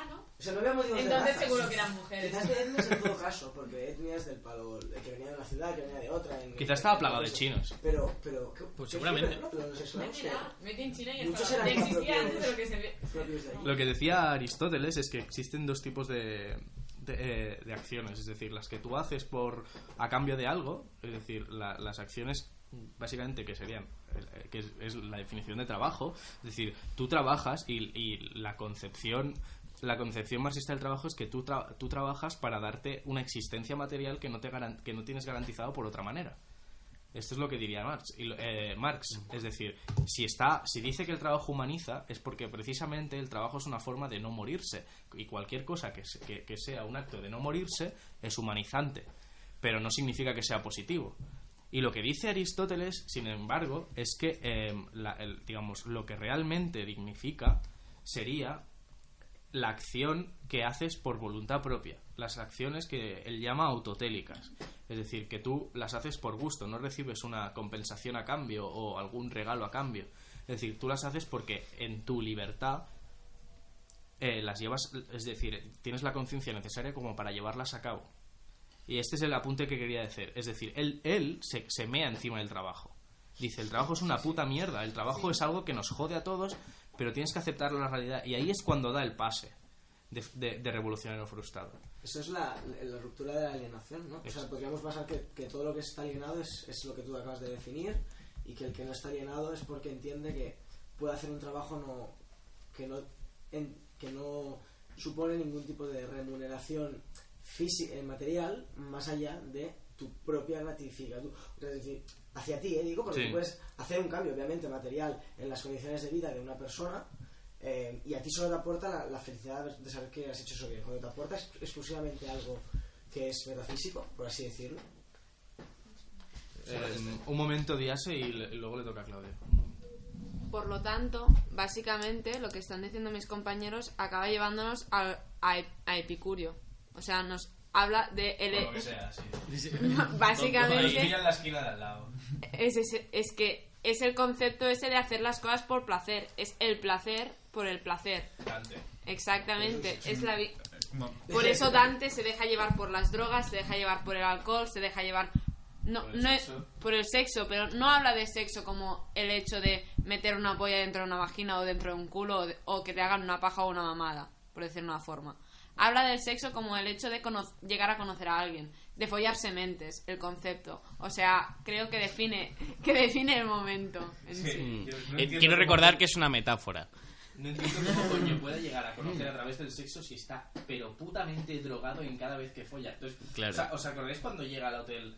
O sea, no había motivos de Entonces razas. seguro que eran mujeres. Quizás de etnias en todo caso, porque etnias del palo, que venía de una ciudad, que venía de otra. Quizás estaba plagado de chinos. Pero Pues seguramente. Los esclavos, Mete en China y Muchos estaba, eran existía propios- antes de lo que se ve. propios de allí. Lo que decía Aristóteles es que existen dos tipos de acciones, es decir, las que tú haces a cambio de algo, es decir, las acciones básicamente que serían que es la definición de trabajo, es decir, tú trabajas y la concepción marxista del trabajo es que tú trabajas para darte una existencia material que no tienes garantizado por otra manera. Esto es lo que diría Marx. Marx, es decir, si dice que el trabajo humaniza, es porque precisamente el trabajo es una forma de no morirse. Y cualquier cosa que sea un acto de no morirse es humanizante. Pero no significa que sea positivo. Y lo que dice Aristóteles, sin embargo, es que digamos, lo que realmente dignifica sería la acción que haces por voluntad propia, las acciones que él llama autotélicas, es decir, que tú las haces por gusto, no recibes una compensación a cambio o algún regalo a cambio, es decir, tú las haces porque en tu libertad las llevas, es decir, tienes la conciencia necesaria como para llevarlas a cabo. Y este es el apunte que quería decir, es decir, él se mea encima del trabajo, dice, el trabajo es una puta mierda, el trabajo es algo que nos jode a todos, pero tienes que aceptar la realidad. Y ahí es cuando da el pase de revolucionario frustrado. Eso es la ruptura de la alienación, ¿no? O sea, podríamos basar que todo lo que está alienado es lo que tú acabas de definir, y que el que no está alienado es porque entiende que puede hacer un trabajo que no supone ningún tipo de remuneración física, material, más allá de tu propia gratificación. Es decir, hacia ti, digo, porque Sí. tú puedes hacer un cambio, obviamente, material en las condiciones de vida de una persona, y a ti solo te aporta la felicidad de saber que has hecho eso bien. Cuando te aporta exclusivamente algo que es metafísico, por así decirlo. Un momento, Díase, y luego le toca a Claudia. Por lo tanto, básicamente, lo que están diciendo mis compañeros acaba llevándonos a Epicurio. O sea, nos habla de... Por lo que sea, sí. Básicamente... Ahí en la esquina de al lado. Es que es el concepto ese de hacer las cosas por placer. Es el placer por el placer. Dante. Exactamente. Por eso Dante se deja llevar por las drogas, se deja llevar por el alcohol, se deja llevar... por el sexo, pero no habla de sexo como el hecho de meter una polla dentro de una vagina o dentro de un culo o que te hagan una paja o una mamada, por decirlo de una forma. Habla del sexo como el hecho de llegar a conocer a alguien, de follarse mentes, el concepto. O sea, creo que define el momento en sí. Quiero recordar que es una metáfora. No entiendo cómo coño puede llegar a conocer a través del sexo si está pero putamente drogado en cada vez que folla. Entonces, Claro. o sea, ¿os acordáis cuando llega al hotel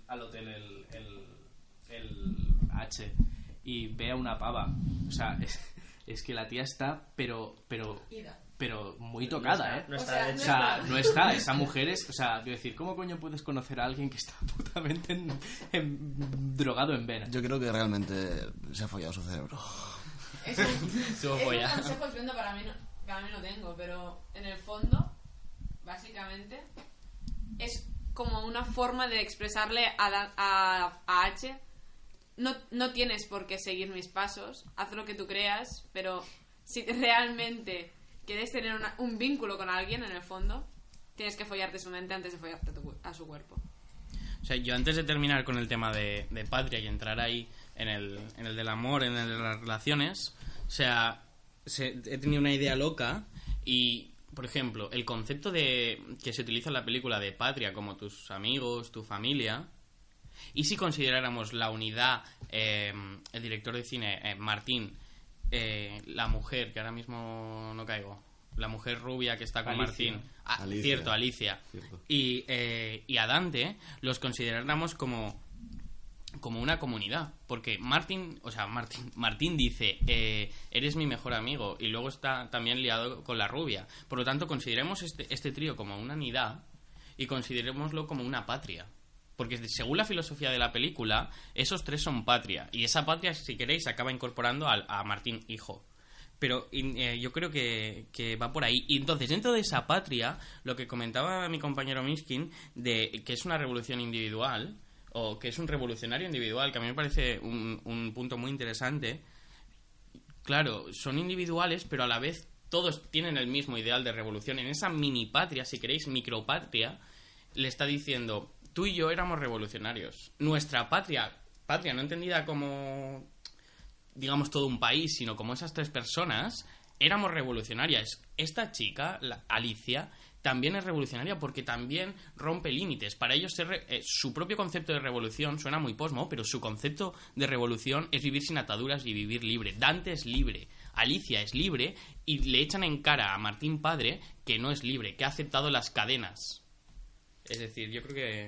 el H y ve a una pava? O sea, es que la tía está pero muy tocada, ¿eh? No está, O sea, no está. Esa mujer es... O sea, quiero decir, ¿cómo coño puedes conocer a alguien que está putamente drogado en vena? Yo creo que realmente se ha follado su cerebro. Es un consejo estupendo para mí no tengo, pero en el fondo, básicamente, es como una forma de expresarle a H: no tienes por qué seguir mis pasos, haz lo que tú creas, pero si realmente quieres tener un vínculo con alguien, en el fondo, tienes que follarte su mente antes de follarte a su cuerpo. O sea, yo antes de terminar con el tema de patria y entrar ahí en el del amor, en el de las relaciones, o sea, he tenido una idea loca y, por ejemplo, el concepto que se utiliza en la película de patria, como tus amigos, tu familia, y si consideráramos la unidad, el director de cine, Martín, la mujer, que ahora mismo no caigo, la mujer rubia que está con Alicia. Martín, Alicia. Cierto, Alicia, Cierto. y a Dante los consideráramos como una comunidad, porque Martín dice, eres mi mejor amigo, y luego está también liado con la rubia. Por lo tanto, consideremos este trío como una unidad y considerémoslo como una patria, porque según la filosofía de la película, esos tres son patria, y esa patria, si queréis, acaba incorporando a Martín hijo. Pero yo creo que va por ahí. Y entonces, dentro de esa patria, lo que comentaba mi compañero Miskin, de que es una revolución individual, o que es un revolucionario individual, que a mí me parece un punto muy interesante. Claro, son individuales, pero a la vez todos tienen el mismo ideal de revolución. En esa mini patria, si queréis, micropatria, le está diciendo, tú y yo éramos revolucionarios. Nuestra patria no entendida como, digamos, todo un país, sino como esas 3 personas, éramos revolucionarias. Esta chica, Alicia, también es revolucionaria porque también rompe límites. Para ellos su propio concepto de revolución suena muy posmo, pero su concepto de revolución es vivir sin ataduras y vivir libre. Dante es libre, Alicia es libre, y le echan en cara a Martín padre que no es libre, que ha aceptado las cadenas. Es decir, yo creo que...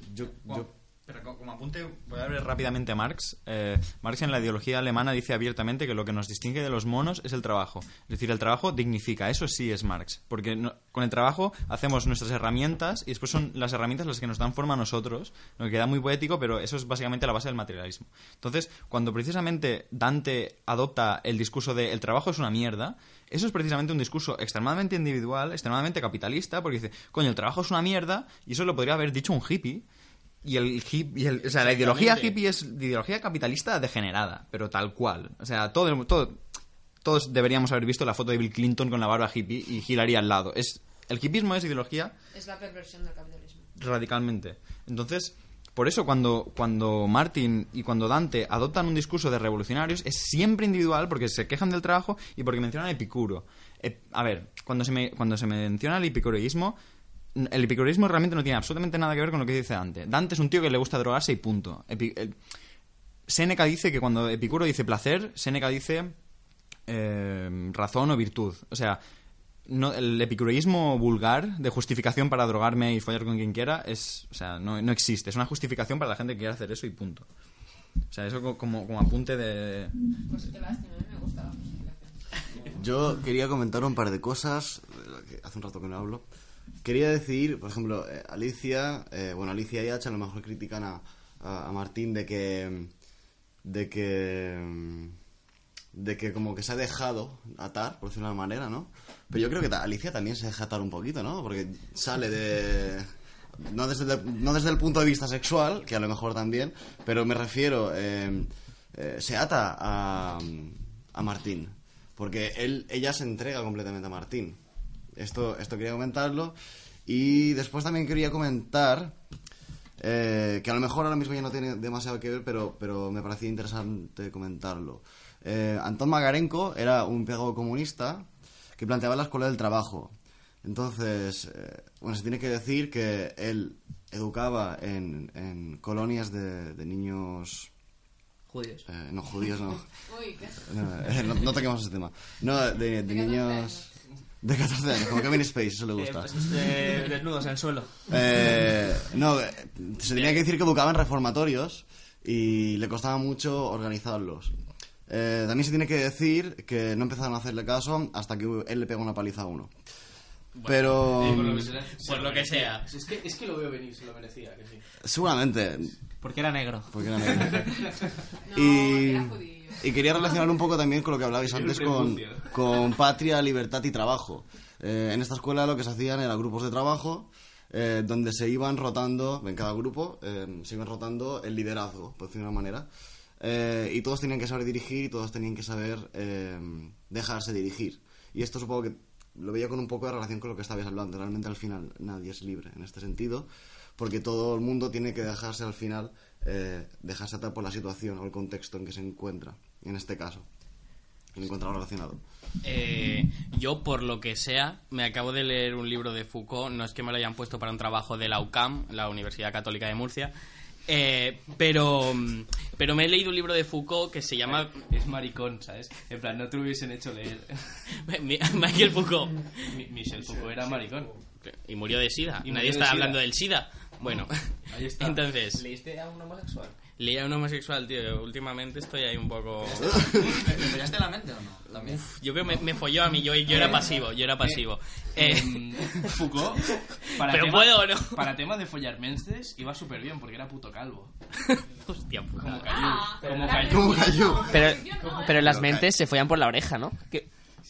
Pero como apunte, voy a ver rápidamente a Marx. Marx en la ideología alemana dice abiertamente que lo que nos distingue de los monos es el trabajo. Es decir, el trabajo dignifica, eso sí es Marx. Porque con el trabajo hacemos nuestras herramientas y después son las herramientas las que nos dan forma a nosotros, lo que queda muy poético, pero eso es básicamente la base del materialismo. Entonces, cuando precisamente Dante adopta el discurso de el trabajo es una mierda, eso es precisamente un discurso extremadamente individual, extremadamente capitalista, porque dice, coño, el trabajo es una mierda, y eso lo podría haber dicho un hippie. Y o sea, la ideología hippie es ideología capitalista degenerada, pero tal cual. O sea, todos deberíamos haber visto la foto de Bill Clinton con la barba hippie y Hillary al lado. El hippismo es ideología... Es la perversión del capitalismo. Radicalmente. Entonces, por eso cuando Martin y cuando Dante adoptan un discurso de revolucionarios es siempre individual porque se quejan del trabajo y porque mencionan a Epicuro. A ver, cuando se menciona el epicureísmo... El epicureísmo realmente no tiene absolutamente nada que ver con lo que dice Dante. Dante es un tío que le gusta drogarse y punto. Séneca dice que cuando Epicuro dice placer, Séneca dice razón o virtud. O sea, el epicureísmo vulgar de justificación para drogarme y follar con quien quiera no existe. Es una justificación para la gente que quiere hacer eso y punto. O sea, eso como apunte de... Pues qué lástima, a mí me gusta la justificación. Yo quería comentar un par de cosas, que hace un rato que no hablo. Quería decir, por ejemplo, Alicia y H a lo mejor critican a Martín de que como que se ha dejado atar, por decirlo de una manera, ¿no? Pero yo creo que Alicia también se deja atar un poquito, ¿no? Porque sale de... No desde el punto de vista sexual, que a lo mejor también, pero me refiero... se ata a Martín, porque ella se entrega completamente a Martín. Esto quería comentarlo. Y después también quería comentar que a lo mejor ahora mismo ya no tiene demasiado que ver, pero me parecía interesante comentarlo. Antón Magarenko era un pedagogo comunista que planteaba la escuela del trabajo. Entonces, se tiene que decir que él educaba en colonias de niños... Judíos. No, judíos no. Uy, ¿qué? No toquemos ese tema. No, de niños... De 14 años, como Kevin Space, eso le gusta. Desnudos en el suelo. Se tenía que decir que educaba en reformatorios y le costaba mucho organizarlos. También se tiene que decir que no empezaron a hacerle caso hasta que él le pegó una paliza a uno. Bueno, pero... por lo que sea. Es que lo veo venir, se lo merecía, que sí. Seguramente. Porque era negro. No, y... era judío. Y quería relacionar un poco también con lo que hablabais antes con patria, libertad y trabajo. En esta escuela lo que se hacían eran grupos de trabajo donde se iban rotando, en cada grupo se iban rotando el liderazgo, por decirlo de una manera. Y todos tenían que saber dirigir y todos tenían que saber dejarse dirigir. Y esto supongo que lo veía con un poco de relación con lo que estabais hablando. Realmente al final nadie es libre en este sentido, porque todo el mundo tiene que dejarse al final, dejarse atar por la situación o el contexto en que se encuentra, en este caso, en encontrarlo relacionado. Yo, por lo que sea, me acabo de leer un libro de Foucault, no es que me lo hayan puesto para un trabajo de la UCAM, la Universidad Católica de Murcia, pero me he leído un libro de Foucault que se llama... Es maricón, ¿sabes? En plan, no te lo hubiesen hecho leer. Michel Foucault. Michel Foucault era maricón. Y murió de SIDA. Y nadie murió de está SIDA. hablando del SIDA. Bueno, Ahí está. entonces... ¿Leíste a un homosexual? Leí a un homosexual, tío. Últimamente estoy ahí un poco... ¿Te follaste la mente o no? También. Yo creo que me folló a mí. Yo era pasivo. Foucault, Pero puedo o no. para temas de follar mentes, iba súper bien porque era puto calvo. Hostia puta. Como Ah, cayó. Como claro. cayó. ¿Cómo cayó? Pero en las mentes se follan por la oreja, ¿no? Sí, claro.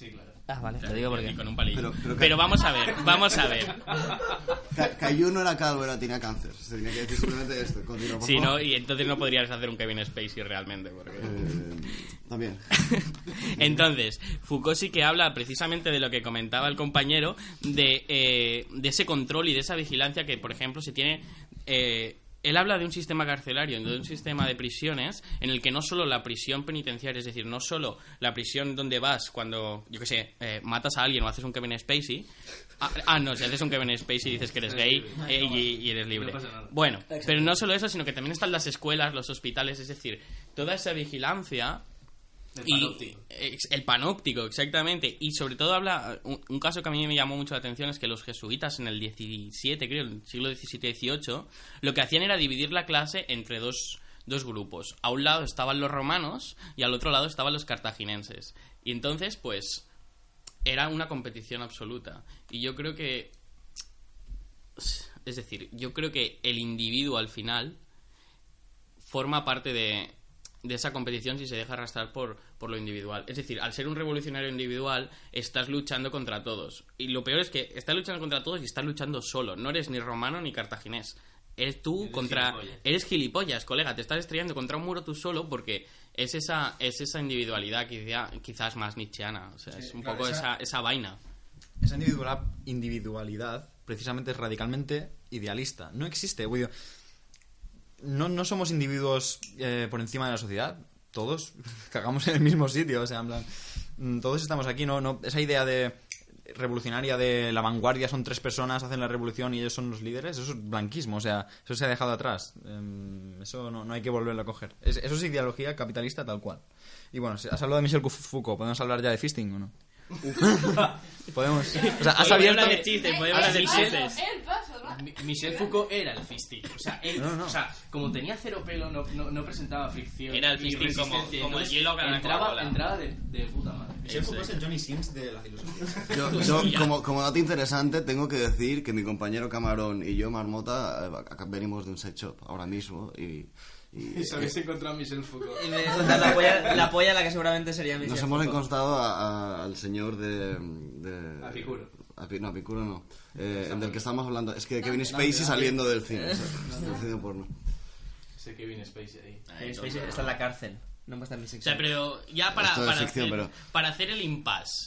Ah, vale, O sea, te digo porque... y con un palillo. Pero Pero vamos a ver. Caillou no era calvo, tenía cáncer. Se tenía que decir simplemente esto. Continúa, por Sí, favor. ¿no? Y entonces no podrías hacer un Kevin Spacey realmente, porque... También. Entonces, Foucault sí que habla precisamente de lo que comentaba el compañero, de ese control y de esa vigilancia que, por ejemplo, se tiene... él habla de un sistema carcelario, de un sistema de prisiones en el que no solo la prisión penitenciaria, es decir, no solo la prisión donde vas cuando, yo qué sé, matas a alguien o haces un Kevin Spacey. No, si haces un Kevin Spacey dices que eres gay y eres libre. No pasa nada. Bueno, pero no solo eso, sino que también están las escuelas, los hospitales, es decir, toda esa vigilancia... El panóptico, exactamente. Y sobre todo habla... Un caso que a mí me llamó mucho la atención es que los jesuitas en el 17, creo, en el siglo XVII-XVIII, lo que hacían era dividir la clase entre dos grupos. A un lado estaban los romanos y al otro lado estaban los cartaginenses. Y entonces, pues, era una competición absoluta. Y yo creo que... Es decir, yo creo que el individuo al final forma parte de esa competición si se deja arrastrar por lo individual. Es decir, al ser un revolucionario individual, estás luchando contra todos. Y lo peor es que estás luchando contra todos y estás luchando solo. No eres ni romano ni cartaginés. Eres tú contra... Eres gilipollas, colega. Te estás estrellando contra un muro tú solo porque es esa individualidad quizás más nietzscheana. O sea, es un poco esa vaina. Esa individualidad precisamente es radicalmente idealista. No existe. No somos individuos por encima de la sociedad. Todos cagamos en el mismo sitio. O sea, en plan, todos estamos aquí. No, esa idea de revolucionaria de la vanguardia son 3 personas, hacen la revolución y ellos son los líderes, eso es blanquismo. O sea, eso se ha dejado atrás. Eso no hay que volverlo a coger. Eso es ideología capitalista tal cual. Y bueno, has hablado de Michel Foucault. ¿Podemos hablar ya de fisting o no? Podemos. O sea, has abierto. Hablar de chistes, podemos hablar de chistes. Michel Foucault era el fisting. O sea, él, o sea, como tenía 0 pelo, no presentaba fricción. Era el fisting como el hielo que entraba de puta madre. Michel Foucault es el Johnny Sins de la filosofía. Yo como dato interesante, tengo que decir que mi compañero Camarón y yo, Marmota, venimos de un sex shop ahora mismo y se habéis encontrado a Michel Foucault. Y me voy a contar la polla a la que seguramente sería Michel nos Foucault. hemos encontrado al señor de Epicuro. No, Epicuro no. El del que estamos hablando. Es que Kevin Spacey saliendo del cine. Del cine porno. Ese Kevin Spacey ahí. Kevin Spacey está en la cárcel. No puede estar en O sea, sección. pero ya Esto es ficción, para hacer el impasse,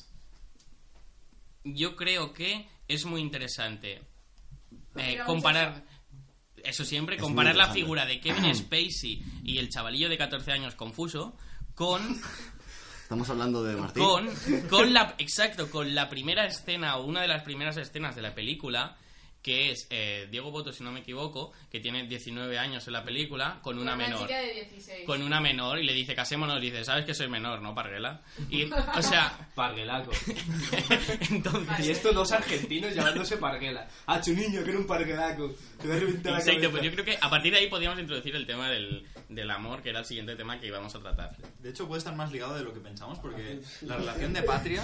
yo creo que es muy interesante comparar... Eso siempre, Es comparar muy la interesante. figura de Kevin Spacey y el chavalillo de 14 años confuso con Estamos hablando de Martín. con la primera escena o una de las primeras escenas de la película, que es Diego Boto, si no me equivoco, que tiene 19 años en la película, con una menor. Chica de 16. Con una menor y le dice, casémonos, dice, ¿sabes que soy menor, no, Parguela? Y, o sea... Parguelaco. Entonces... Y estos 2 argentinos llamándose Parguela. Ah, chu niño, que era un Parguelaco. Te voy a reventar la Exacto, cabeza. pues yo creo que a partir de ahí podríamos introducir el tema del amor, que era el siguiente tema que íbamos a tratar. De hecho, puede estar más ligado de lo que pensamos, porque la relación de patria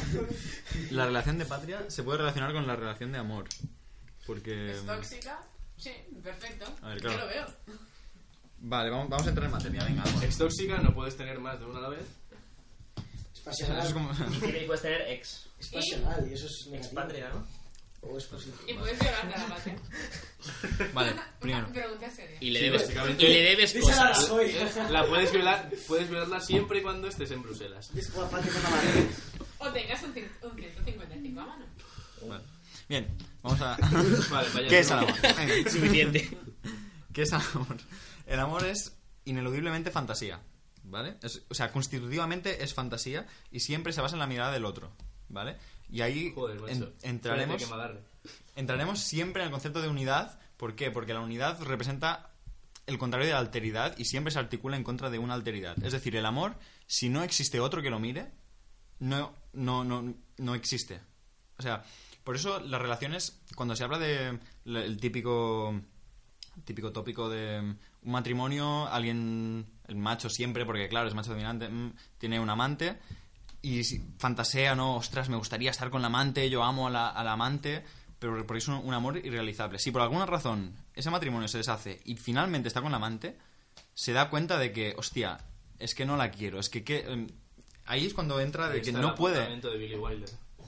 se puede relacionar con la relación de amor. Porque... ¿Es tóxica? Sí, perfecto. A ver, claro. Yo lo veo. Vale, vamos a entrar en materia, venga. Es tóxica, no puedes tener más de una a la vez. Es pasional. Eso es como... Y puedes tener ex. Es pasional y eso es negativo. Patria, ¿no? O es positivo. Y puedes violarte a la patria. Vale, primero. Una pregunta seria. Y le Sí, debes, básicamente. y le debes Díselo a cosas. Rajoy. La puedes violarla siempre y cuando estés en Bruselas. Es como la patria con la madre. O tengas un 155 a mano. Vale. Bien, vamos a... Vale, vaya. ¿Qué es el amor? Venga. Suficiente. ¿Qué es el amor? El amor es ineludiblemente fantasía, ¿vale? O sea, constitutivamente es fantasía y siempre se basa en la mirada del otro, ¿vale? Y ahí Joder, macho. entraremos Espérate que me agarre. entraremos siempre en el concepto de unidad. ¿Por qué? Porque la unidad representa el contrario de la alteridad y siempre se articula en contra de una alteridad. Es decir, el amor, si no existe otro que lo mire, no existe. O sea, por eso las relaciones, cuando se habla de el típico tópico de un matrimonio, el macho siempre, porque claro, es macho dominante, tiene un amante y fantasea, no, ostras, me gustaría estar con la amante, yo amo a la amante, pero porque es un amor irrealizable. Si por alguna razón ese matrimonio se deshace y finalmente está con la amante, se da cuenta de que, hostia, es que no la quiero, es que ahí es cuando entra de Ahí que está no el puede. apuntamiento de Billy Wilder.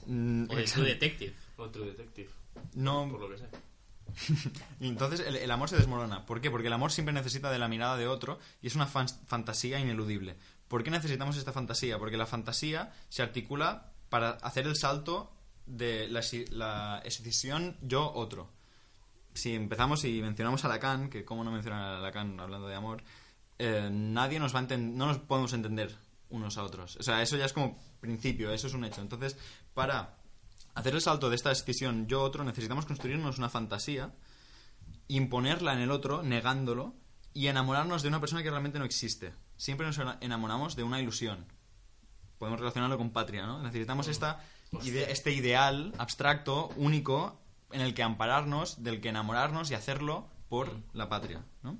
O de True Detective. O True Detective. No, Por lo que sé. y entonces el amor se desmorona. ¿Por qué? Porque el amor siempre necesita de la mirada de otro y es una fantasía ineludible. ¿Por qué necesitamos esta fantasía? Porque la fantasía se articula para hacer el salto de la escisión yo-otro. Si empezamos y mencionamos a Lacan, que cómo no mencionar a Lacan hablando de amor, nadie nos va a no nos podemos entender unos a otros. O sea, eso ya es como principio, eso es un hecho. Entonces, para hacer el salto de esta escisión yo-otro, necesitamos construirnos una fantasía, imponerla en el otro, negándolo, y enamorarnos de una persona que realmente no existe. Siempre nos enamoramos de una ilusión. Podemos relacionarlo con patria, ¿no? Necesitamos este ideal abstracto, único, en el que ampararnos, del que enamorarnos y hacerlo por la patria, ¿no?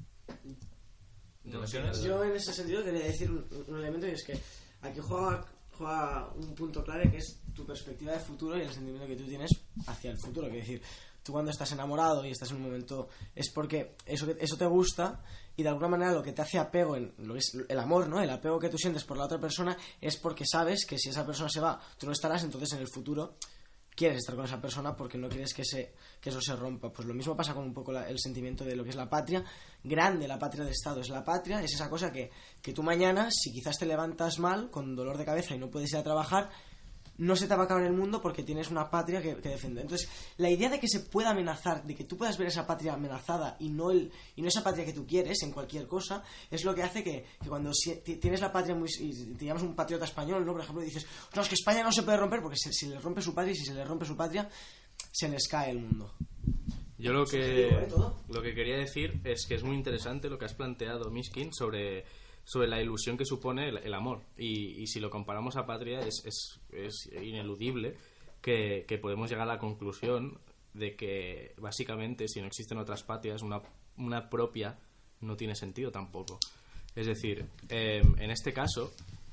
Yo en ese sentido quería decir un elemento, y es que aquí juega un punto clave, que es tu perspectiva de futuro y el sentimiento que tú tienes hacia el futuro. Quiero decir, tú cuando estás enamorado y estás en un momento, es porque eso te gusta, y de alguna manera lo que te hace apego en lo que es el amor, ¿no? El apego que tú sientes por la otra persona es porque sabes que si esa persona se va, tú no estarás, entonces en el futuro quieres estar con esa persona porque no quieres que eso se rompa. Pues lo mismo pasa con un poco el sentimiento de lo que es la patria grande, la patria de Estado. Es la patria, es esa cosa que tú mañana, si quizás te levantas mal, con dolor de cabeza y no puedes ir a trabajar, no se te va a acabar el mundo porque tienes una patria que defiende. Entonces, la idea de que se pueda amenazar, de que tú puedas ver esa patria amenazada y no esa patria que tú quieres en cualquier cosa, es lo que hace que cuando tienes la patria y te llamas un patriota español, ¿no? Por ejemplo, y dices, no, es que España no se puede romper porque se les rompe su patria, y si se les rompe su patria, se les cae el mundo. Yo lo que quería decir es que es muy interesante lo que has planteado, Mishkin, sobre la ilusión que supone el amor, y si lo comparamos a patria es ineludible que podemos llegar a la conclusión de que básicamente si no existen otras patrias, una propia no tiene sentido tampoco. Es decir, en este caso,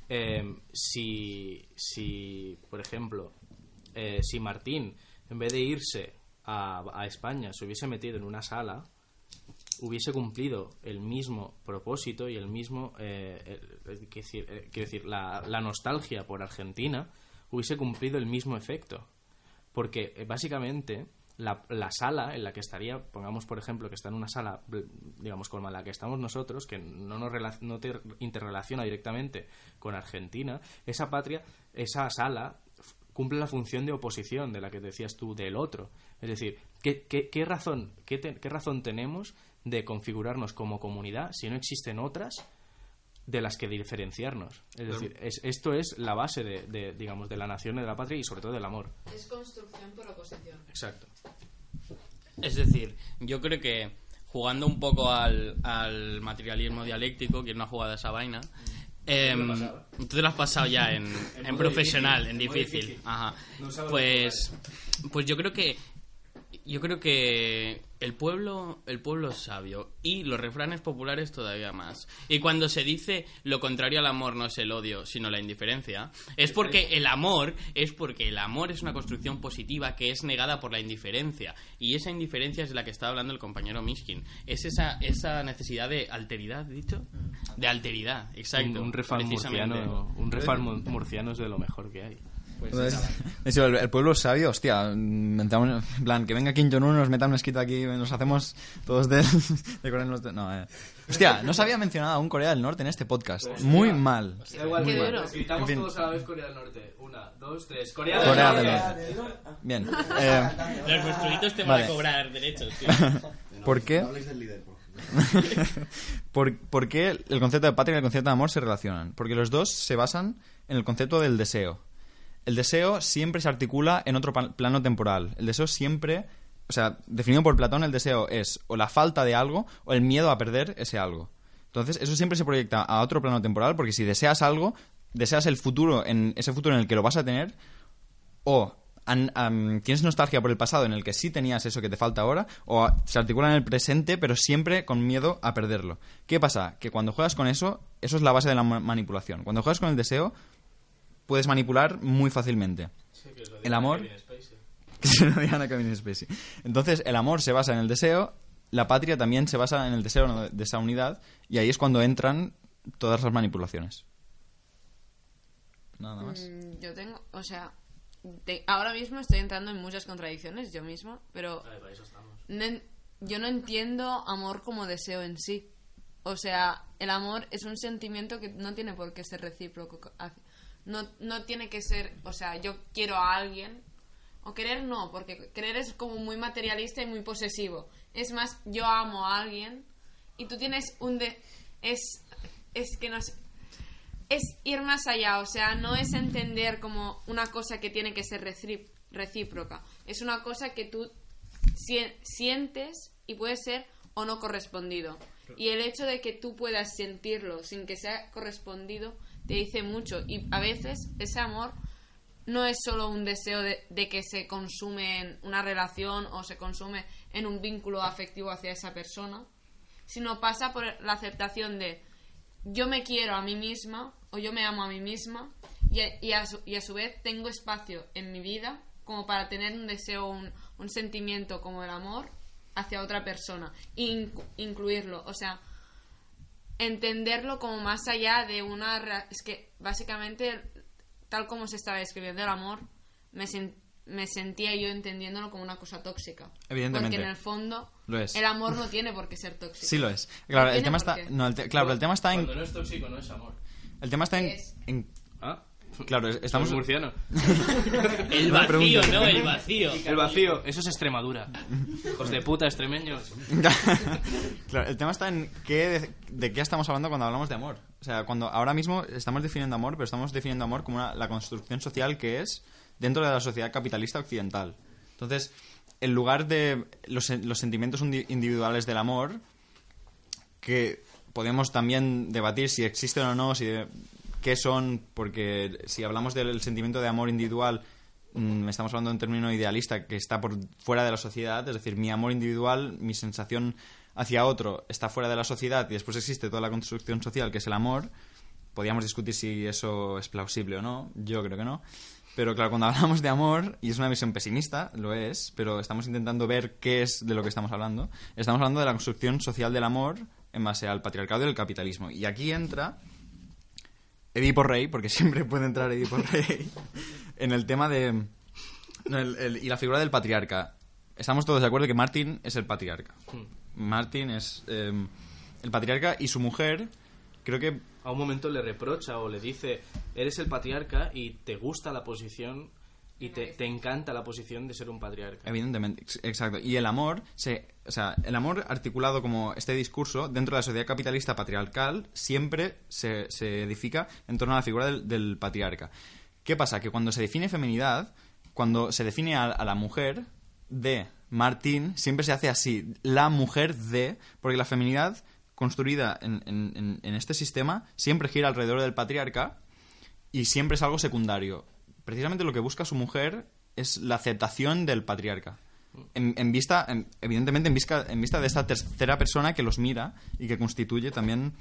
si por ejemplo, si Martín, en vez de irse a España, se hubiese metido en una sala, hubiese cumplido el mismo propósito y el mismo quiero decir, la nostalgia por Argentina hubiese cumplido el mismo efecto, porque básicamente la sala en la que estaría, pongamos por ejemplo que está en una sala, digamos, como la que estamos nosotros, que no te interrelaciona directamente con Argentina, esa patria, esa sala cumple la función de oposición de la que decías tú del otro. Es decir, ¿qué razón tenemos de configurarnos como comunidad si no existen otras de las que diferenciarnos? Es decir, esto es la base digamos, de la nación y de la patria, y sobre todo del amor. Es construcción por oposición. Exacto. Es decir, yo creo que jugando un poco al materialismo dialéctico, que es una jugada de esa vaina, tú te lo has pasado ya en profesional, en difícil. Ajá. Pues yo creo que el pueblo es sabio, y los refranes populares todavía más. Y cuando se dice lo contrario al amor no es el odio, sino la indiferencia, es porque el amor es una construcción positiva que es negada por la indiferencia. Y esa indiferencia es la que estaba hablando el compañero Mishkin. Es esa necesidad de alteridad, ¿dicho? De alteridad, exacto. Un refrán murciano es de lo mejor que hay. Pues el pueblo es sabio, hostia, en plan, que venga Kim Jong-un, nos meta un escrito aquí, nos hacemos todos de Corea del Norte. Hostia, no se había mencionado aún Corea del Norte en este podcast. Muy mal. Da igual, Qué duro. gritamos todos a la vez Corea del Norte. 1, 2, 3. Corea del Norte. Bien. Los construitos te van a cobrar derechos, tío. ¿Por qué? ¿Por qué el concepto de patria y el concepto de amor se relacionan? Porque los dos se basan en el concepto del deseo. El deseo siempre se articula en otro plano temporal. El deseo siempre, o sea, definido por Platón, el deseo es o la falta de algo o el miedo a perder ese algo. Entonces, eso siempre se proyecta a otro plano temporal, porque si deseas algo, deseas el futuro, en ese futuro en el que lo vas a tener, o tienes nostalgia por el pasado en el que sí tenías eso que te falta ahora, o se articula en el presente, pero siempre con miedo a perderlo. ¿Qué pasa? Que cuando juegas con eso es la base de la manipulación. Cuando juegas con el deseo, puedes manipular muy fácilmente. Sí, que el amor, que se lo digan a Kevin Spacey. Entonces, el amor se basa en el deseo, la patria también se basa en el deseo de esa unidad, y ahí es cuando entran todas las manipulaciones. Nada más. Yo tengo, o sea, ahora mismo estoy entrando en muchas contradicciones yo misma, pero Para eso estamos. yo no entiendo amor como deseo en sí. O sea, el amor es un sentimiento que no tiene por qué ser recíproco. No tiene que ser, o sea, yo quiero a alguien, o querer no, porque querer es como muy materialista y muy posesivo. Es más, yo amo a alguien y tú tienes es que no sé, es ir más allá, o sea, no es entender como una cosa que tiene que ser recíproca. Es una cosa que tú sientes y puede ser o no correspondido. Y el hecho de que tú puedas sentirlo sin que sea correspondido te dice mucho. Y a veces ese amor no es solo un deseo de que se consume en una relación o se consume en un vínculo afectivo hacia esa persona, sino pasa por la aceptación de yo me quiero a mí misma o yo me amo a mí misma y a su vez tengo espacio en mi vida como para tener un deseo, un sentimiento como el amor hacia otra persona, incluirlo, o sea, entenderlo como más allá de es que básicamente tal como se estaba describiendo el amor me sentía yo entendiéndolo como una cosa tóxica. Evidentemente. Porque en el fondo lo es. El amor no tiene por qué ser tóxico. Sí lo es. Claro, ¿No el tema está... tiene No, el tema está en... Cuando no es tóxico no es amor. El tema está Es. en... ¿Ah? Claro, estamos... Soy murciano. El Una vacío, pregunta. ¿no? El vacío. El vacío, eso es Extremadura. Hijos de puta extremeños. Claro, el tema está en de qué estamos hablando cuando hablamos de amor. O sea, cuando ahora mismo estamos definiendo amor, pero estamos definiendo amor como la construcción social que es dentro de la sociedad capitalista occidental. Entonces, en lugar de los sentimientos individuales del amor, que podemos también debatir si existen o no, qué son, porque si hablamos del sentimiento de amor individual, estamos hablando de un término idealista que está por fuera de la sociedad, es decir, mi amor individual, mi sensación hacia otro está fuera de la sociedad y después existe toda la construcción social que es el amor. Podríamos discutir si eso es plausible o no, yo creo que no. Pero claro, cuando hablamos de amor, y es una visión pesimista, lo es, pero estamos intentando ver qué es de lo que estamos hablando. Estamos hablando de la construcción social del amor en base al patriarcado y el capitalismo. Y aquí entra Edipo Rey, porque siempre puede entrar Edipo Rey, en el tema de... y la figura del patriarca. Estamos todos de acuerdo que Martin es el patriarca. Martin es el patriarca y su mujer, creo que... A un momento le reprocha o le dice, eres el patriarca y te gusta la posición y te encanta la posición de ser un patriarca. Evidentemente, exacto. Y el amor, el amor articulado como este discurso dentro de la sociedad capitalista patriarcal siempre se edifica en torno a la figura del patriarca. ¿Qué pasa? Que cuando se define feminidad, cuando se define a la mujer de Martín, siempre se hace así, la mujer de, porque la feminidad construida en este sistema siempre gira alrededor del patriarca y siempre es algo secundario. Precisamente lo que busca su mujer es la aceptación del patriarca. Evidentemente en vista de esta tercera persona que los mira y que constituye también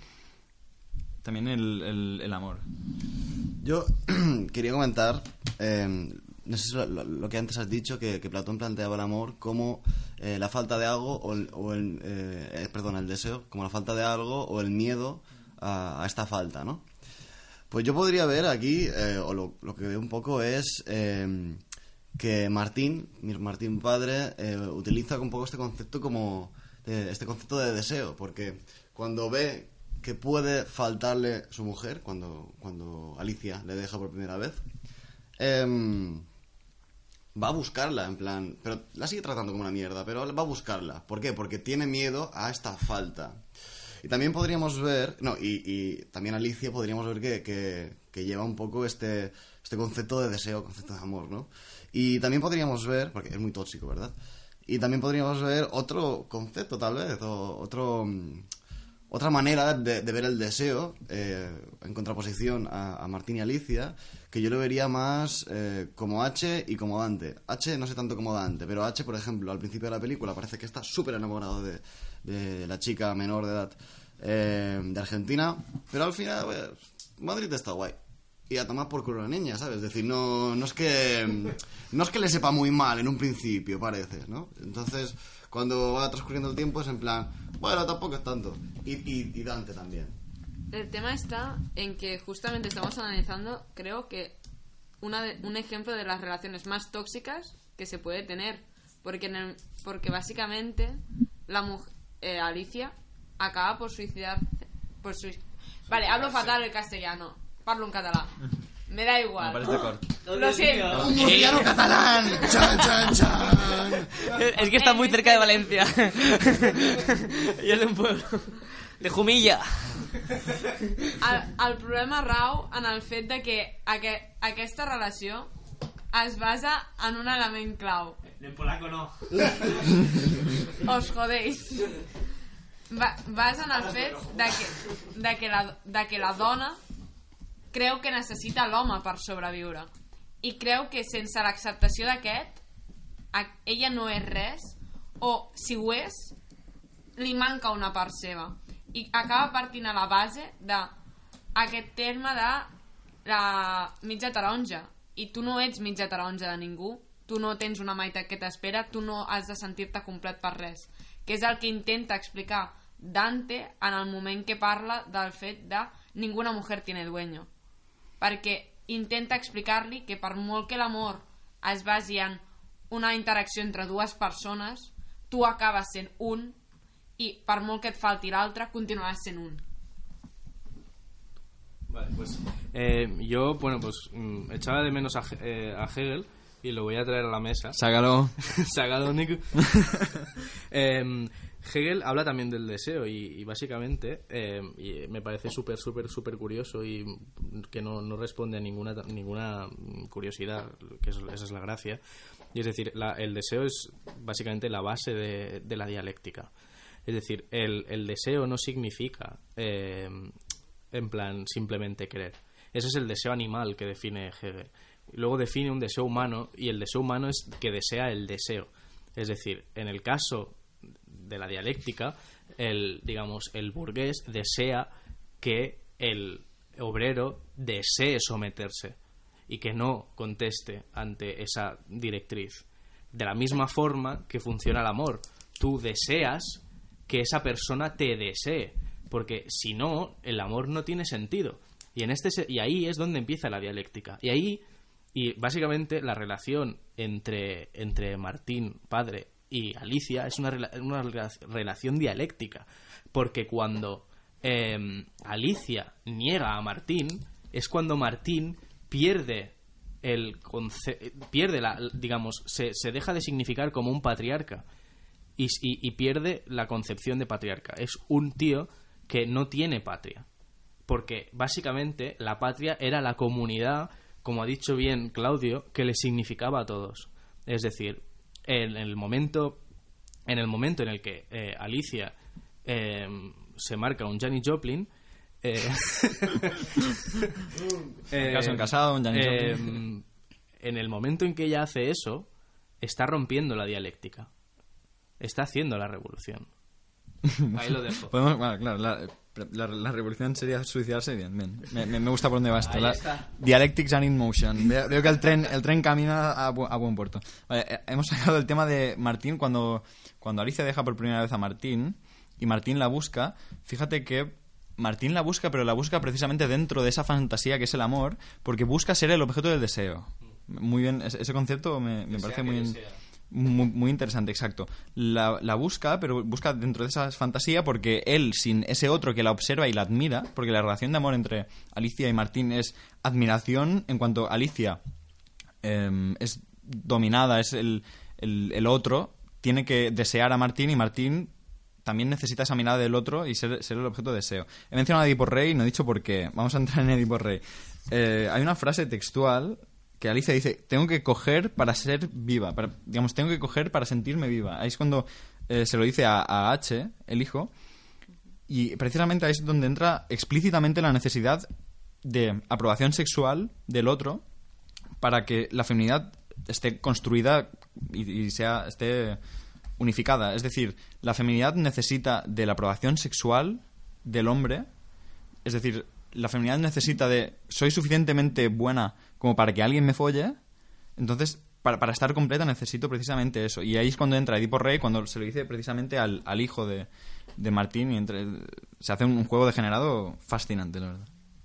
el amor. Yo quería comentar, no sé si lo que antes has dicho, que Platón planteaba el amor como la falta de algo el deseo, como la falta de algo o el miedo a esta falta, ¿no? Pues yo podría ver aquí, o lo que veo un poco es que Martín padre, utiliza un poco este concepto este concepto de deseo, porque cuando ve que puede faltarle su mujer, cuando Alicia le deja por primera vez, va a buscarla, en plan, pero la sigue tratando como una mierda, pero va a buscarla. ¿Por qué? Porque tiene miedo a esta falta. Y también podríamos ver, y también Alicia podríamos ver que lleva un poco este concepto de deseo, concepto de amor, ¿no? Y también podríamos ver, porque es muy tóxico, ¿verdad? Y también podríamos ver otro concepto, tal vez, otra manera de ver el deseo, en contraposición a Martín y Alicia, que yo lo vería más como H y como Dante. H no sé tanto como Dante, pero H, por ejemplo, al principio de la película parece que está súper enamorado de la chica menor de edad de Argentina, pero al final, pues, Madrid está guay. Y a tomar por culo la niña, ¿sabes? Es decir, no es que le sepa muy mal en un principio, parece, ¿no? Entonces, cuando va transcurriendo el tiempo es en plan, bueno, tampoco es tanto. Y Dante también. El tema está en que justamente estamos analizando, creo que un ejemplo de las relaciones más tóxicas que se puede tener. Porque básicamente Alicia acaba por suicidarse. Vale, hablo fatal el castellano. Parlo en catalán. Me da igual. Me parece corto. Lo siento. ¡Un murciano catalán! ¡Chan, chan, chan! Es que está muy cerca de Valencia. Y es de un pueblo. De Jumilla. El problema rau en el fet de que aquesta relació es basa en un element clau. En polaco no. Os jodéis. Basa en el fet de que la dona creu que necessita l'home per sobreviure i creu que sense l'acceptació d'aquest ella no és res, o si ho és li manca una part seva, i acaba partint a la base d'aquest terme de la mitja taronja. I tu no ets mitja taronja de ningú, tu no tens una meitat que t'espera, tu no has de sentir-te complet per res, que és el que intenta explicar Dante en el moment que parla del fet de ninguna mujer tiene dueño, perquè intenta explicar-li que per molt que l'amor es basi en una interacció entre dues persones, tu acabes sent un, i per molt que et falti l'altre continuaràs sent un. Vale, pues yo, echaba de menos a Hegel y lo voy a traer a la mesa. Sácalo. Sácalo, Nico. Hegel habla también del deseo y básicamente y me parece súper curioso y que no responde a ninguna curiosidad, que esa es la gracia. Y es decir, el deseo es básicamente la base de la dialéctica. Es decir, el deseo no significa en plan simplemente querer. Ese es el deseo animal que define Hegel. Luego define un deseo humano, y el deseo humano es que desea el deseo. Es decir, en el caso de la dialéctica, el burgués desea que el obrero desee someterse y que no conteste ante esa directriz. De la misma forma que funciona el amor. Tú deseas que esa persona te desee, porque si no, el amor no tiene sentido. Y ahí es donde empieza la dialéctica. Y básicamente la relación entre Martín, padre, y Alicia es una relación dialéctica, porque cuando Alicia niega a Martín es cuando Martín pierde se deja de significar como un patriarca y pierde la concepción de patriarca. Es un tío que no tiene patria, porque básicamente la patria era la comunidad, como ha dicho bien Claudio, que le significaba a todos. Es decir, en el momento en el que Alicia se marca un Janis Joplin, caso en casado, un Janis Joplin. En el momento en que ella hace eso, está rompiendo la dialéctica, está haciendo la revolución. Ahí lo dejo. La revolución sería suicidarse. Bien. Me gusta por dónde va esto. Dialectics are in motion. Veo que el tren camina a buen puerto. Vale, hemos sacado el tema de Martín. Cuando Alicia deja por primera vez a Martín y Martín la busca, fíjate que Martín la busca, pero la busca precisamente dentro de esa fantasía que es el amor, porque busca ser el objeto del deseo. Muy bien, ese concepto me parece muy interesante, exacto. La busca, pero busca dentro de esa fantasía, porque él, sin ese otro que la observa y la admira, porque la relación de amor entre Alicia y Martín es admiración, en cuanto Alicia es dominada, es el otro, tiene que desear a Martín, y Martín también necesita esa mirada del otro y ser el objeto de deseo. He mencionado a Edipo Rey y no he dicho por qué. Vamos a entrar en Edipo Rey. Hay una frase textual que Alicia dice: tengo que coger para ser viva, tengo que coger para sentirme viva. Ahí es cuando se lo dice a H, el hijo, y precisamente ahí es donde entra explícitamente la necesidad de aprobación sexual del otro para que la feminidad esté construida y esté unificada. Es decir, la feminidad necesita de la aprobación sexual del hombre, es decir, la feminidad necesita de soy suficientemente buena como para que alguien me folle, entonces para estar completa necesito precisamente eso. Y ahí es cuando entra Edipo Rey, cuando se lo dice precisamente al hijo de Martín, y se hace un juego degenerado fascinante, la verdad.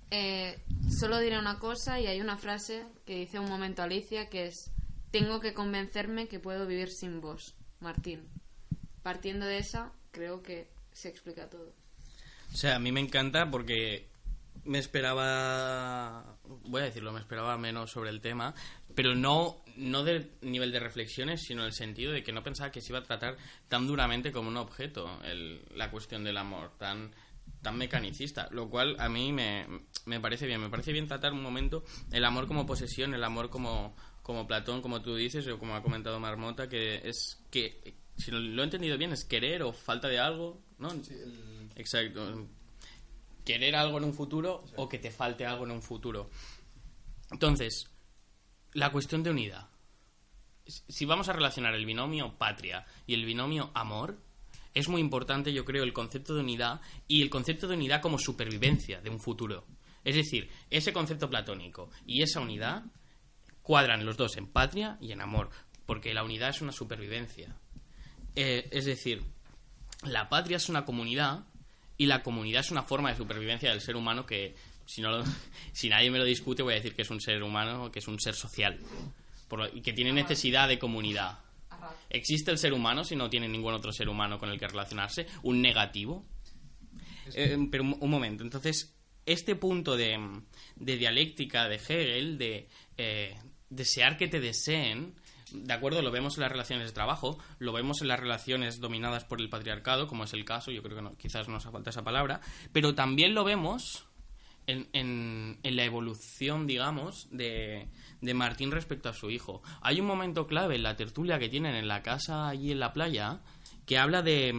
Solo diré una cosa, y hay una frase que dice un momento Alicia, que es: tengo que convencerme que puedo vivir sin vos, Martín. Partiendo de esa, creo que se explica todo. O sea, a mí me encanta porque me esperaba, voy a decirlo, me esperaba menos sobre el tema, pero no del nivel de reflexiones, sino en el sentido de que no pensaba que se iba a tratar tan duramente como un objeto, la cuestión del amor, tan mecanicista, lo cual a mí me parece bien. Me parece bien tratar un momento el amor como posesión, el amor como Platón, como tú dices, o como ha comentado Marmota, que es que, si lo he entendido bien, es querer o falta de algo, ¿no? Sí, exacto. Querer algo en un futuro, sí, o que te falte algo en un futuro. Entonces, la cuestión de unidad. Si vamos a relacionar el binomio patria y el binomio amor, es muy importante, yo creo, el concepto de unidad y el concepto de unidad como supervivencia de un futuro. Es decir, ese concepto platónico y esa unidad cuadran los dos en patria y en amor, porque la unidad es una supervivencia. Es decir, la patria es una comunidad y la comunidad es una forma de supervivencia del ser humano que, si nadie me lo discute, voy a decir que es un ser humano, que es un ser social y que tiene necesidad de comunidad. ¿Existe el ser humano si no tiene ningún otro ser humano con el que relacionarse? ¿Un negativo? Pero un momento. Entonces, este punto de dialéctica de Hegel, de desear que te deseen, de acuerdo, lo vemos en las relaciones de trabajo, lo vemos en las relaciones dominadas por el patriarcado, como es el caso, yo creo que quizás nos falta esa palabra, pero también lo vemos en la evolución, digamos, de Martín respecto a su hijo. Hay un momento clave en la tertulia que tienen en la casa allí en la playa que habla de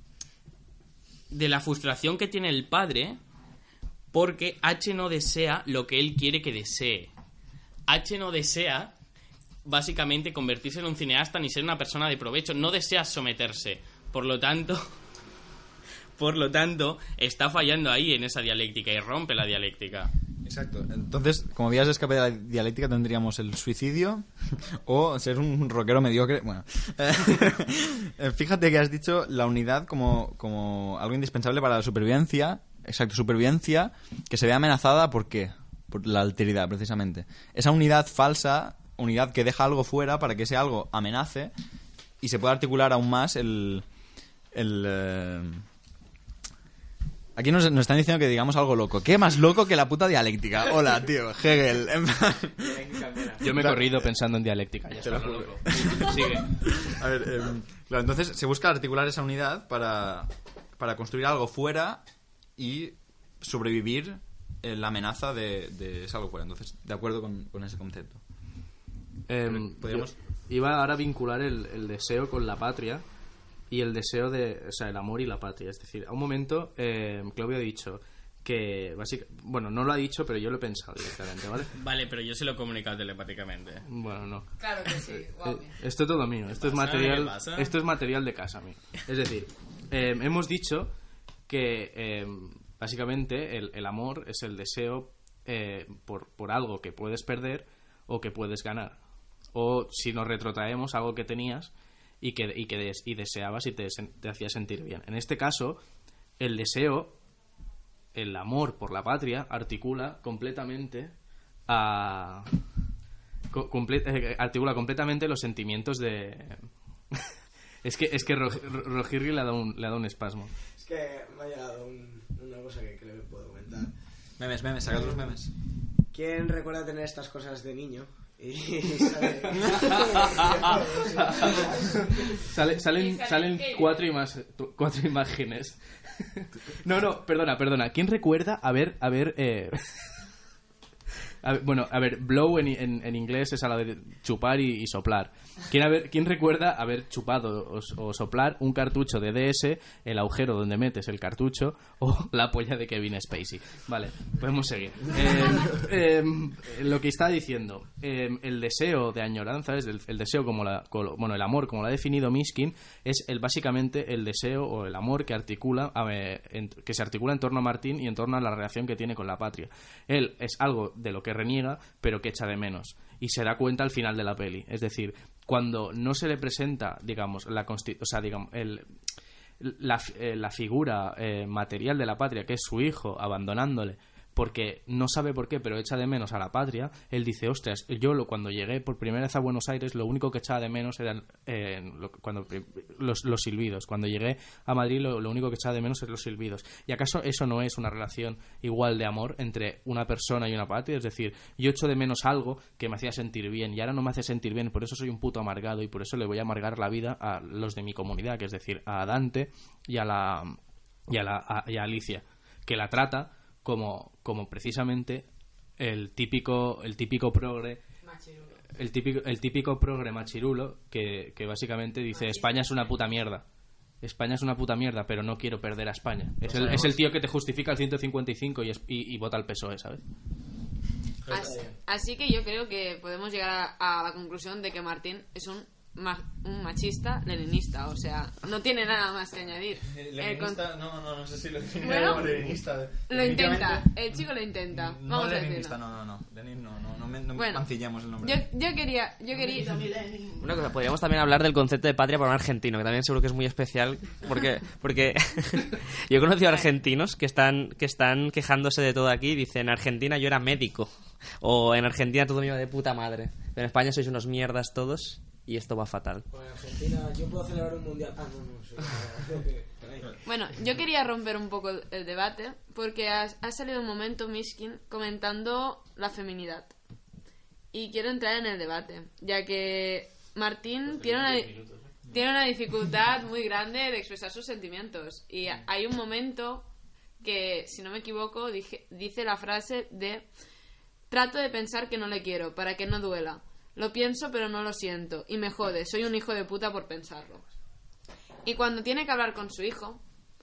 la frustración que tiene el padre porque H no desea lo que él quiere que desee. H no desea básicamente convertirse en un cineasta ni ser una persona de provecho, no desea someterse. Por lo tanto, está fallando ahí en esa dialéctica y rompe la dialéctica. Exacto. Entonces, como vías de escape de la dialéctica tendríamos el suicidio o ser un rockero mediocre. Bueno, fíjate que has dicho la unidad como algo indispensable para la supervivencia. Exacto, supervivencia que se ve amenazada, ¿por qué? Por la alteridad, precisamente. Esa unidad falsa, unidad que deja algo fuera para que ese algo amenace y se pueda articular aún más Aquí nos están diciendo que digamos algo loco. ¿Qué más loco que la puta dialéctica? Hola, tío, Hegel. Yo me he corrido pensando en dialéctica. Ya está. Sigue. A ver, claro, entonces se busca articular esa unidad para construir algo fuera y sobrevivir la amenaza de ese algo fuera. Entonces, de acuerdo con ese concepto. Podríamos... Iba ahora a vincular el deseo con la patria y el deseo o sea, el amor y la patria. Es decir, a un momento Claudio ha dicho que bueno, no lo ha dicho, pero yo lo he pensado directamente, ¿vale? Vale, pero yo se lo he comunicado telepáticamente. Bueno, no. Claro que sí. Esto es todo mío. Esto es material de casa mío. Es decir, hemos dicho que básicamente el amor es el deseo por algo que puedes perder o que puedes ganar. O si nos retrotraemos, algo que tenías y deseabas y te hacía sentir bien. En este caso, el deseo, el amor por la patria, articula completamente los sentimientos de... es que Rogirri le ha dado un espasmo. Es que me ha llegado una cosa que creo que puedo comentar. Memes, sacad los memes. ¿Quién recuerda tener estas cosas de niño? Salen cuatro imágenes. No, perdona. ¿Quién recuerda haber blow en inglés es a la de chupar y soplar? ¿Quién recuerda haber chupado o soplar un cartucho de DS, el agujero donde metes el cartucho, o la polla de Kevin Spacey? Vale, podemos seguir. Lo que está diciendo, el deseo de añoranza, es el deseo el amor como lo ha definido Mishkin, es básicamente el deseo o el amor que se articula en torno a Martín y en torno a la relación que tiene con la patria. Él es algo de lo que reniega, pero que echa de menos. Y se da cuenta al final de la peli. Es decir, cuando no se le presenta, digamos, la figura material de la patria, que es su hijo, abandonándole porque no sabe por qué, pero echa de menos a la patria, él dice, ostras, cuando llegué por primera vez a Buenos Aires, lo único que echaba de menos eran los silbidos. Cuando llegué a Madrid, lo único que echaba de menos eran los silbidos. ¿Y acaso eso no es una relación igual de amor entre una persona y una patria? Es decir, yo echo de menos algo que me hacía sentir bien y ahora no me hace sentir bien, por eso soy un puto amargado y por eso le voy a amargar la vida a los de mi comunidad, que es decir, a Dante y a Alicia, que la trata como precisamente el típico progre machirulo. El típico progre machirulo que básicamente dice España es una puta mierda. España es una puta mierda, pero no quiero perder a España. Es el tío que te justifica el 155 y vota al PSOE, ¿sabes? Así que yo creo que podemos llegar a la conclusión de que Martín es un machista leninista, o sea, no tiene nada más que añadir. Leninista, no sé si lo define bueno, como leninista. Lo intenta, el chico lo intenta. Vamos a leninista, decirlo. no. Lenin no bueno, mancillamos el nombre. Yo quería... Una cosa, podríamos también hablar del concepto de patria para un argentino, que también seguro que es muy especial, porque yo he conocido argentinos que están quejándose de todo aquí y dicen, en Argentina yo era médico, o en Argentina todo me iba de puta madre, pero en España sois unos mierdas todos y esto va fatal. Bueno, en Argentina yo puedo celebrar un mundial. Bueno, yo quería romper un poco el debate porque ha salido un momento Mishkin comentando la feminidad. Y quiero entrar en el debate, ya que Martín tiene una dificultad muy grande de expresar sus sentimientos. Y hay un momento que, si no me equivoco, dice la frase de trato de pensar que no le quiero, para que no duela. Lo pienso pero no lo siento, y me jode, soy un hijo de puta por pensarlo. Y cuando tiene que hablar con su hijo,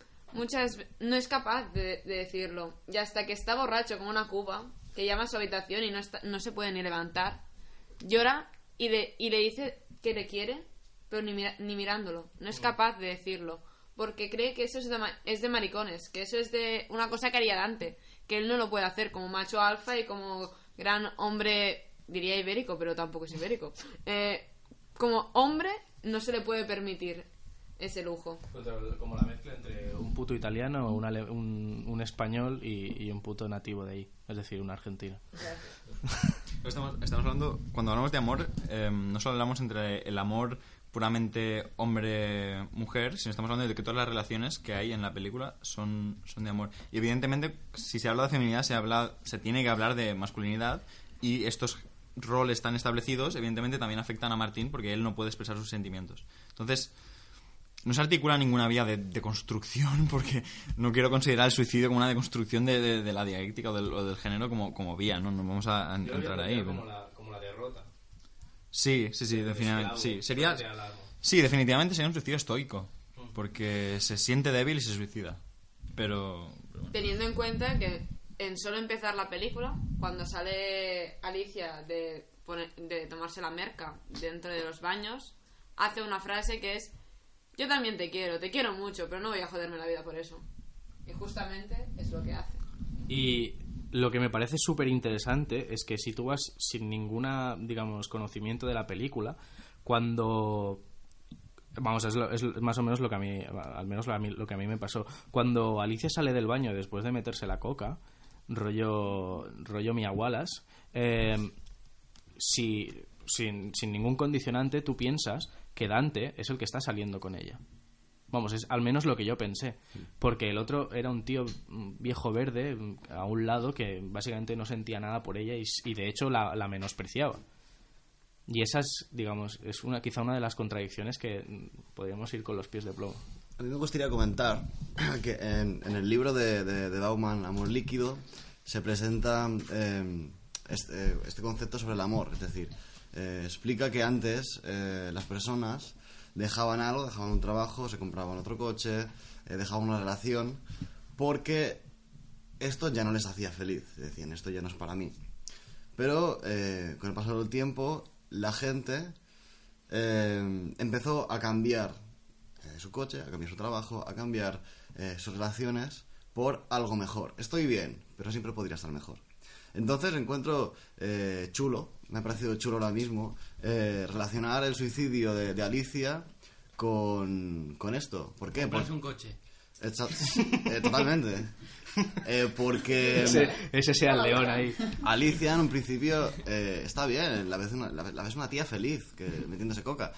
no es capaz de decirlo. Y hasta que está borracho como una cuba, que llama a su habitación y no se puede ni levantar, llora y le dice que le quiere, pero ni mirándolo. No es capaz de decirlo, porque cree que eso es de maricones, que eso es de una cosa que haría Dante, que él no lo puede hacer como macho alfa y como gran hombre, diría ibérico, pero tampoco es ibérico. Como hombre no se le puede permitir ese lujo. Como la mezcla entre un puto italiano, un español y un puto nativo de ahí, es decir, un argentino. Estamos hablando, cuando hablamos de amor, no solo hablamos entre el amor puramente hombre-mujer, sino estamos hablando de que todas las relaciones que hay en la película son de amor. Y evidentemente, si se habla de feminidad, se tiene que hablar de masculinidad, y estos roles tan establecidos evidentemente también afectan a Martín porque él no puede expresar sus sentimientos. Entonces, no se articula ninguna vía de construcción, porque no quiero considerar el suicidio como una deconstrucción de la dialéctica o del género como vía, ¿no? No vamos a entrar ahí. Como la derrota. Sí, definitivamente. Definitivamente sería un suicidio estoico, porque se siente débil y se suicida. Pero teniendo en cuenta que en solo empezar la película, cuando sale Alicia de tomarse la merca dentro de los baños, hace una frase que es: yo también te quiero mucho, pero no voy a joderme la vida por eso. Y justamente es lo que hace. Y lo que me parece súper interesante es que si tú vas sin ninguna, digamos, conocimiento de la película, cuando... Vamos, es más o menos lo que a mí, al menos lo que a mí me pasó. Cuando Alicia sale del baño después de meterse la coca, rollo Mia Wallace, sin ningún condicionante, tú piensas que Dante es el que está saliendo con ella. Vamos, es al menos lo que yo pensé. Porque el otro era un tío viejo verde a un lado que básicamente no sentía nada por ella y de hecho la menospreciaba. Y esa es, digamos, quizá una de las contradicciones que podríamos ir con los pies de plomo. A mí me gustaría comentar que en el libro de Bauman, Amor líquido, se presenta este concepto sobre el amor. Es decir, explica que antes las personas dejaban algo, dejaban un trabajo, se compraban otro coche, dejaban una relación, porque esto ya no les hacía feliz. Decían, esto ya no es para mí. Pero con el paso del tiempo, la gente empezó a cambiar su coche, a cambiar su trabajo, a cambiar sus relaciones por algo mejor. Estoy bien, pero siempre podría estar mejor. Entonces encuentro chulo, me ha parecido chulo ahora mismo, relacionar el suicidio de Alicia con esto. ¿Por qué? Comprarse un coche. Totalmente. Porque ese sea el león ahí. Alicia en un principio está bien, la ves una tía feliz que metiéndose coca,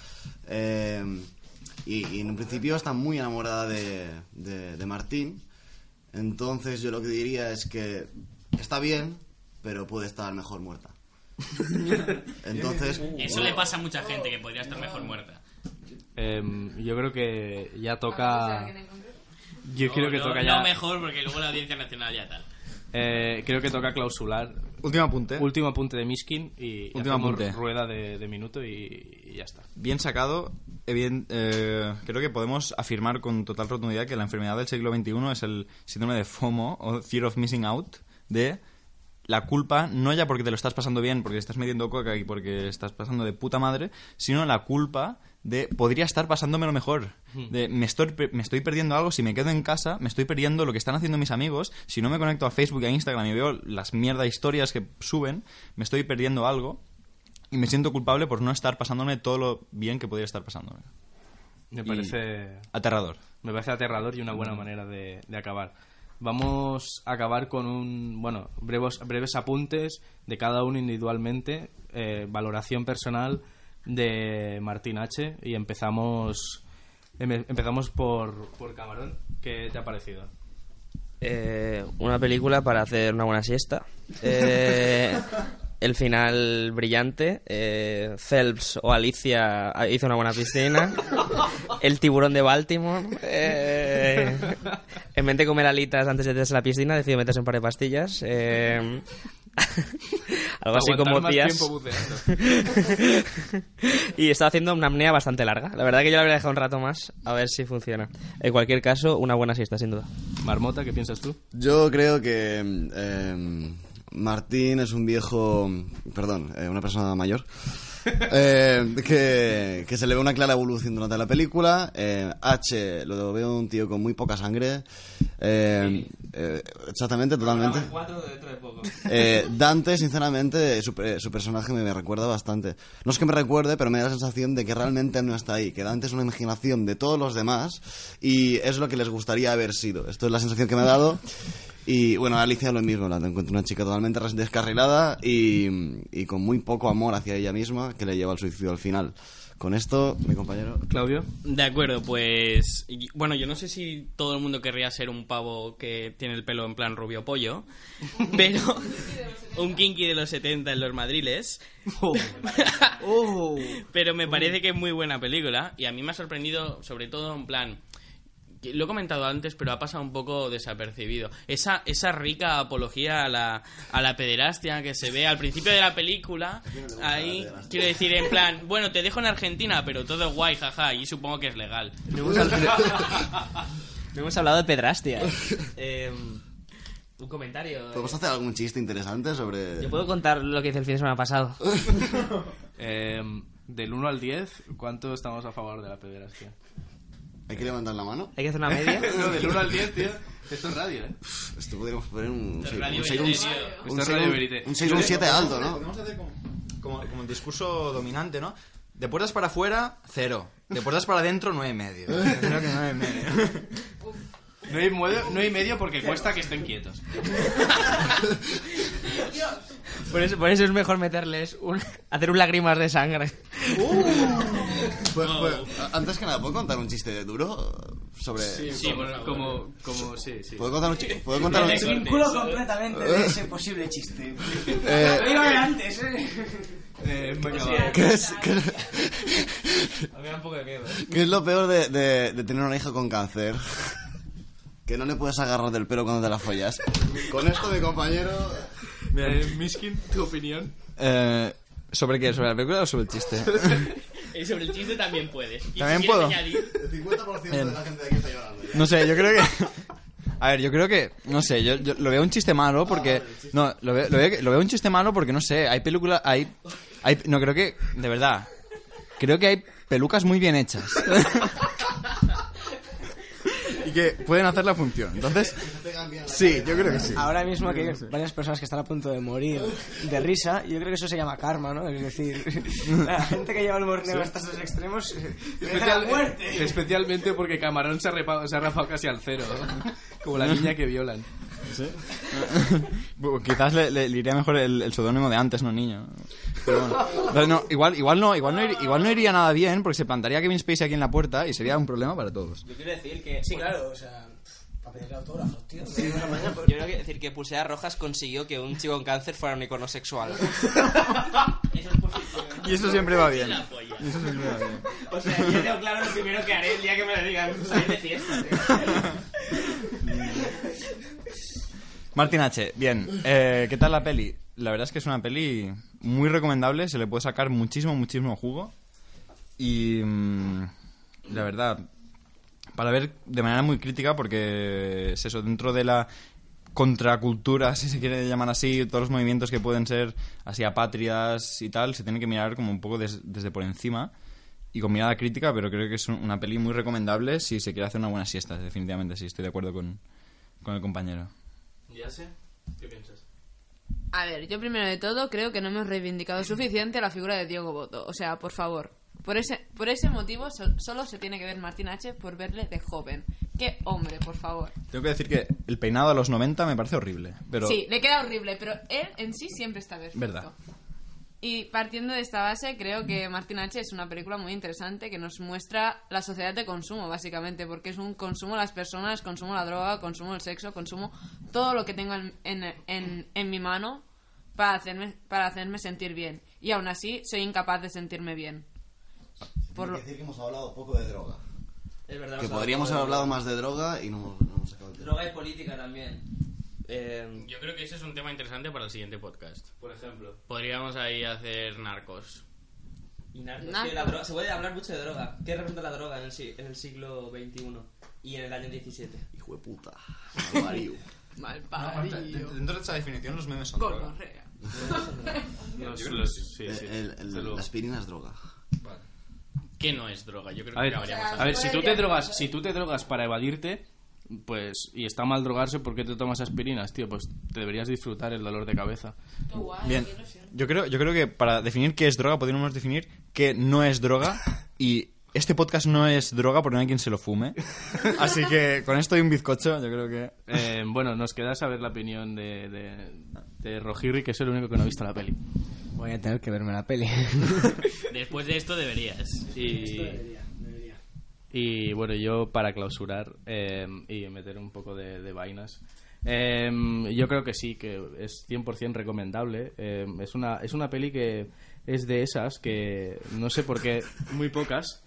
y en un principio está muy enamorada de Martín. Entonces yo lo que diría es que está bien, pero puede estar mejor muerta. Entonces eso le pasa a mucha gente, que podría estar mejor muerta. Yo creo que ya toca. Toca ya. No mejor, porque luego la Audiencia Nacional ya tal. Creo que toca clausular. Último apunte de Miskin y último apunte. Rueda de minuto y ya está. Bien sacado. Creo que podemos afirmar con total rotundidad que la enfermedad del siglo XXI es el síndrome de FOMO, o Fear of Missing Out, de la culpa, no ya porque te lo estás pasando bien, porque estás metiendo coca y porque estás pasando de puta madre, sino la culpa de podría estar pasándomelo mejor, de me estoy perdiendo algo, si me quedo en casa me estoy perdiendo lo que están haciendo mis amigos, si no me conecto a Facebook y a Instagram y veo las mierda historias que suben, me estoy perdiendo algo y me siento culpable por no estar pasándome todo lo bien que podría estar pasándome. Me parece aterrador. Me parece aterrador y una buena manera de acabar. Vamos a acabar con breves apuntes de cada uno individualmente, valoración personal de Martín H. Y empezamos por Camarón. ¿Qué te ha parecido? Una película para hacer una buena siesta. El final brillante. Phelps o Alicia hizo una buena piscina. El tiburón de Baltimore. En vez de comer alitas antes de meterse a la piscina, decidió meterse un par de pastillas. Algo así como días. Y estaba haciendo una apnea bastante larga. La verdad que yo la habría dejado un rato más a ver si funciona. En cualquier caso, una buena siesta, sin duda. Marmota, ¿qué piensas tú? Yo creo que Martín es un viejo... Perdón, una persona mayor. Que se le ve una clara evolución durante la película. H lo veo un tío con muy poca sangre. Exactamente, totalmente. Dante, sinceramente, su personaje me recuerda bastante. No es que me recuerde, pero me da la sensación de que realmente no está ahí, que Dante es una imaginación de todos los demás y es lo que les gustaría haber sido. Esto es la sensación que me ha dado. Y bueno, Alicia lo mismo, la encuentro una chica totalmente descarrilada y con muy poco amor hacia ella misma, que le lleva al suicidio al final. Con esto, mi compañero Claudio. De acuerdo, pues bueno, yo no sé si todo el mundo querría ser un pavo que tiene el pelo en plan rubio pollo, pero un kinky de los 70 en los madriles. Pero me parece que es muy buena película y a mí me ha sorprendido, sobre todo en plan... Lo he comentado antes, pero ha pasado un poco desapercibido. Esa rica apología a la pederastia que se ve al principio de la película. Ahí, quiero decir, en plan, bueno, te dejo en Argentina, pero todo es guay, jaja, y supongo que es legal. No hemos hablado de pederastia. Un comentario. ¿Podemos hacer algún chiste interesante sobre...? Yo puedo contar lo que hice el fin de semana pasado. Del 1 al 10, ¿cuánto estamos a favor de la pederastia? ¿Hay que levantar la mano? ¿Hay que hacer una media? No, del 1 al 10, tío. Esto es radio, ¿eh? Esto podríamos poner un 6 o un 7 alto, ¿no? Podemos hacer como el discurso dominante, ¿no? De puertas para afuera, 0. De puertas para adentro, 9,5. Creo que 9,5. 9,5 porque cuesta que estén quietos. Por eso es mejor meterles hacer un lágrimas de sangre. Pues, antes que nada, ¿puedo contar un chiste duro sobre...? Sí, como sí. ¿Puedo contar un chiste? ¿Puedo contar un chiste? Me vinculo completamente de ese posible chiste. Lo digo antes, ¿Qué es lo peor de tener una hija con cáncer? Que no le puedes agarrar del pelo cuando te la follas. Con esto, mi compañero... Miskin, ¿tu opinión? ¿Sobre qué? ¿Sobre la película o sobre el chiste? Sobre el chiste también puedes. ¿Y ¿También si puedo? añadir? El 50% de la gente de aquí está llorando. No sé, yo creo que... A ver, yo creo que... No sé, yo lo veo un chiste malo porque... No, lo veo un chiste malo porque, no sé, hay películas... No, creo que... De verdad. Creo que hay pelucas muy bien hechas. que pueden hacer la función. Entonces, sí, yo creo que sí. Ahora mismo aquí hay varias personas que están a punto de morir de risa, y yo creo que eso se llama karma, ¿no? Es decir, la gente que lleva el humor negro hasta esos extremos merece la muerte. Especialmente porque Camarón se ha rapado casi al cero, ¿no? Como la niña que violan. ¿Sí? Bueno, quizás le iría mejor el seudónimo de antes, no niño. Pero bueno. Entonces, no, igual no iría nada bien, porque se plantaría Kevin Spacey aquí en la puerta y sería un problema para todos. Yo quiero decir que... Sí, claro, o sea, para pedirle autógrafos, tío. Sí, Yo quiero decir que Pulseras Rojas consiguió que un chico con cáncer fuera un icono sexual. Eso es positivo, ¿no? Y eso siempre va bien. O sea, yo tengo claro lo primero que haré el día que me lo digan. Salir de fiesta, tío. Martin H, bien. ¿Qué tal la peli? La verdad es que es una peli muy recomendable, se le puede sacar muchísimo jugo. Y la verdad, para ver de manera muy crítica, porque es eso, dentro de la contracultura, si se quiere llamar así, todos los movimientos que pueden ser así apátridas y tal, se tiene que mirar como un poco desde por encima y con mirada crítica, pero creo que es una peli muy recomendable si se quiere hacer una buena siesta, definitivamente, sí, estoy de acuerdo con el compañero. ¿Ya sé? ¿Qué piensas? A ver, yo primero de todo creo que no hemos reivindicado suficiente la figura de Diego Boto. O sea, por favor, por ese motivo solo se tiene que ver Martín H. por verle de joven. ¡Qué hombre, por favor! Tengo que decir que el peinado a los 90 me parece horrible, pero... Sí, le queda horrible, pero él en sí siempre está perfecto. Verdad. Y partiendo de esta base, creo que Martín H. es una película muy interesante que nos muestra la sociedad de consumo, básicamente, porque es un consumo de las personas, consumo la droga, consumo el sexo, consumo todo lo que tengo en mi mano para hacerme sentir bien. Y aún así, soy incapaz de sentirme bien. Hay que decir que hemos hablado poco de droga. Es verdad. Que podríamos haber hablado más de droga y no hemos sacado el tema. Droga y política también. Yo creo que ese es un tema interesante para el siguiente podcast. Por ejemplo. Podríamos ahí hacer narcos. Y narcos. Que la droga, se puede hablar mucho de droga. ¿Qué representa la droga en el siglo XXI y en el año 17? Hijo de puta. Malparido. Malparido. Dentro de esa definición los memes son droga. Gonorrea. La aspirina es droga. Vale. ¿Qué no es droga? Yo creo que A ver, acabaríamos a ver, si tú te drogas para evadirte, pues, y está mal drogarse, ¿por qué te tomas aspirinas, tío? Pues te deberías disfrutar el dolor de cabeza. Bien, yo creo que para definir qué es droga podríamos definir qué no es droga, y este podcast no es droga porque no hay quien se lo fume. Así que con esto y un bizcocho, yo creo que... Bueno, nos queda saber la opinión de Rojirri, que es el único que no ha visto la peli. Voy a tener que verme la peli. Después de esto deberías. Y bueno, yo para clausurar y meter un poco de vainas, yo creo que sí, que es 100% recomendable. Es una peli que es de esas que no sé por qué, muy pocas.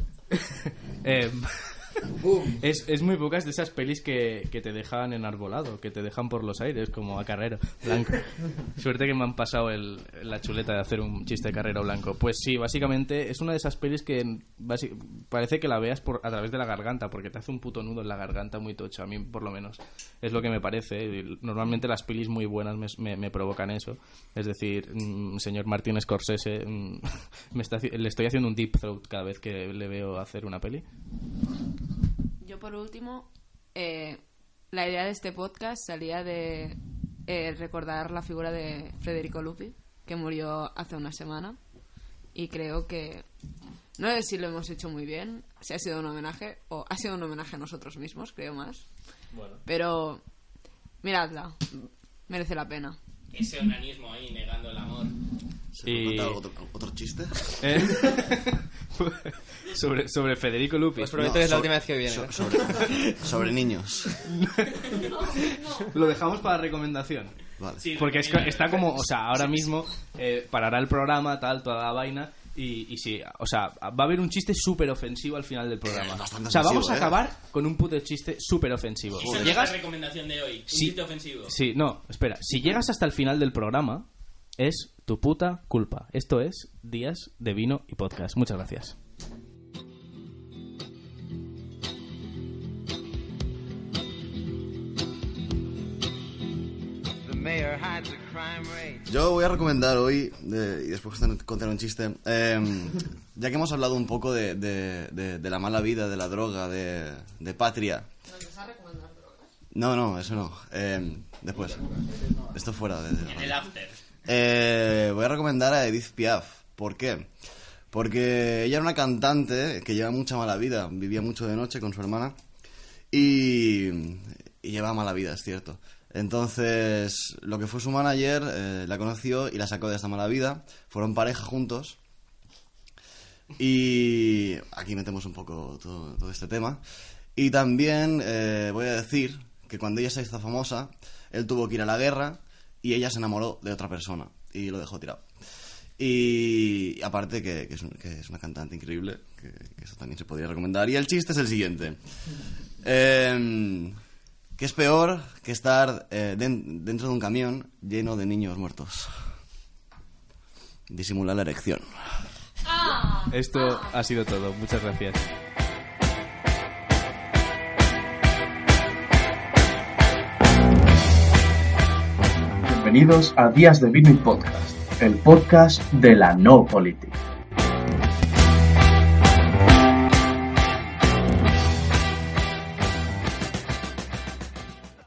Es muy pocas de esas pelis que te dejan enarbolado, que te dejan por los aires, como a Carrero Blanco. Suerte que me han pasado la chuleta de hacer un chiste de Carrero Blanco. Pues sí, básicamente es una de esas pelis que parece que la veas a través de la garganta, porque te hace un puto nudo en la garganta muy tocho. A mí, por lo menos, es lo que me parece. Y normalmente las pelis muy buenas me provocan eso. Es decir, señor Martin Scorsese, le estoy haciendo un deep throat cada vez que le veo hacer una peli. Yo por último, la idea de este podcast salía de recordar la figura de Federico Lupi, que murió hace una semana, y creo que no sé si lo hemos hecho muy bien, si ha sido un homenaje o ha sido un homenaje a nosotros mismos, creo más. Bueno. Pero miradla, merece la pena. Ese onanismo ahí negando el amor. ¿Se puede contar otro chiste? sobre Federico Lupi. Pues prometo que es la última vez que viene. Sobre niños. Lo dejamos para recomendación. Vale. Sí, porque está como, o sea, ahora mismo parará el programa, tal, toda la vaina. Y sí, o sea, va a haber un chiste súper ofensivo al final del programa. Bastante o sea, vamos ofensivo, a acabar con un puto chiste súper ofensivo. Esa es la recomendación de hoy. Un chiste ofensivo. Sí, no, espera. Si llegas hasta el final del programa, es tu puta culpa. Esto es Días de Vino y Podcast. Muchas gracias. The mayor Yo voy a recomendar hoy, y después contaré un chiste, ya que hemos hablado un poco de la mala vida, de la droga, de Patria. ¿Nos vas a recomendar drogas? No, eso no. Después. Esto fuera. En el after. Voy a recomendar a Edith Piaf. ¿Por qué? Porque ella era una cantante que lleva mucha mala vida. Vivía mucho de noche con su hermana. Y lleva mala vida, es cierto. Entonces, lo que fue su manager la conoció y la sacó de esta mala vida. Fueron pareja juntos. Y aquí metemos un poco todo este tema. Y también voy a decir que cuando ella se hizo famosa, él tuvo que ir a la guerra y ella se enamoró de otra persona y lo dejó tirado. Y aparte que es una cantante increíble, que eso también se podría recomendar. Y el chiste es el siguiente. ¿Qué es peor que estar dentro de un camión lleno de niños muertos? Disimular la erección. Esto ha sido todo. Muchas gracias. Bienvenidos a Días de Vino y Podcast, el podcast de la no política.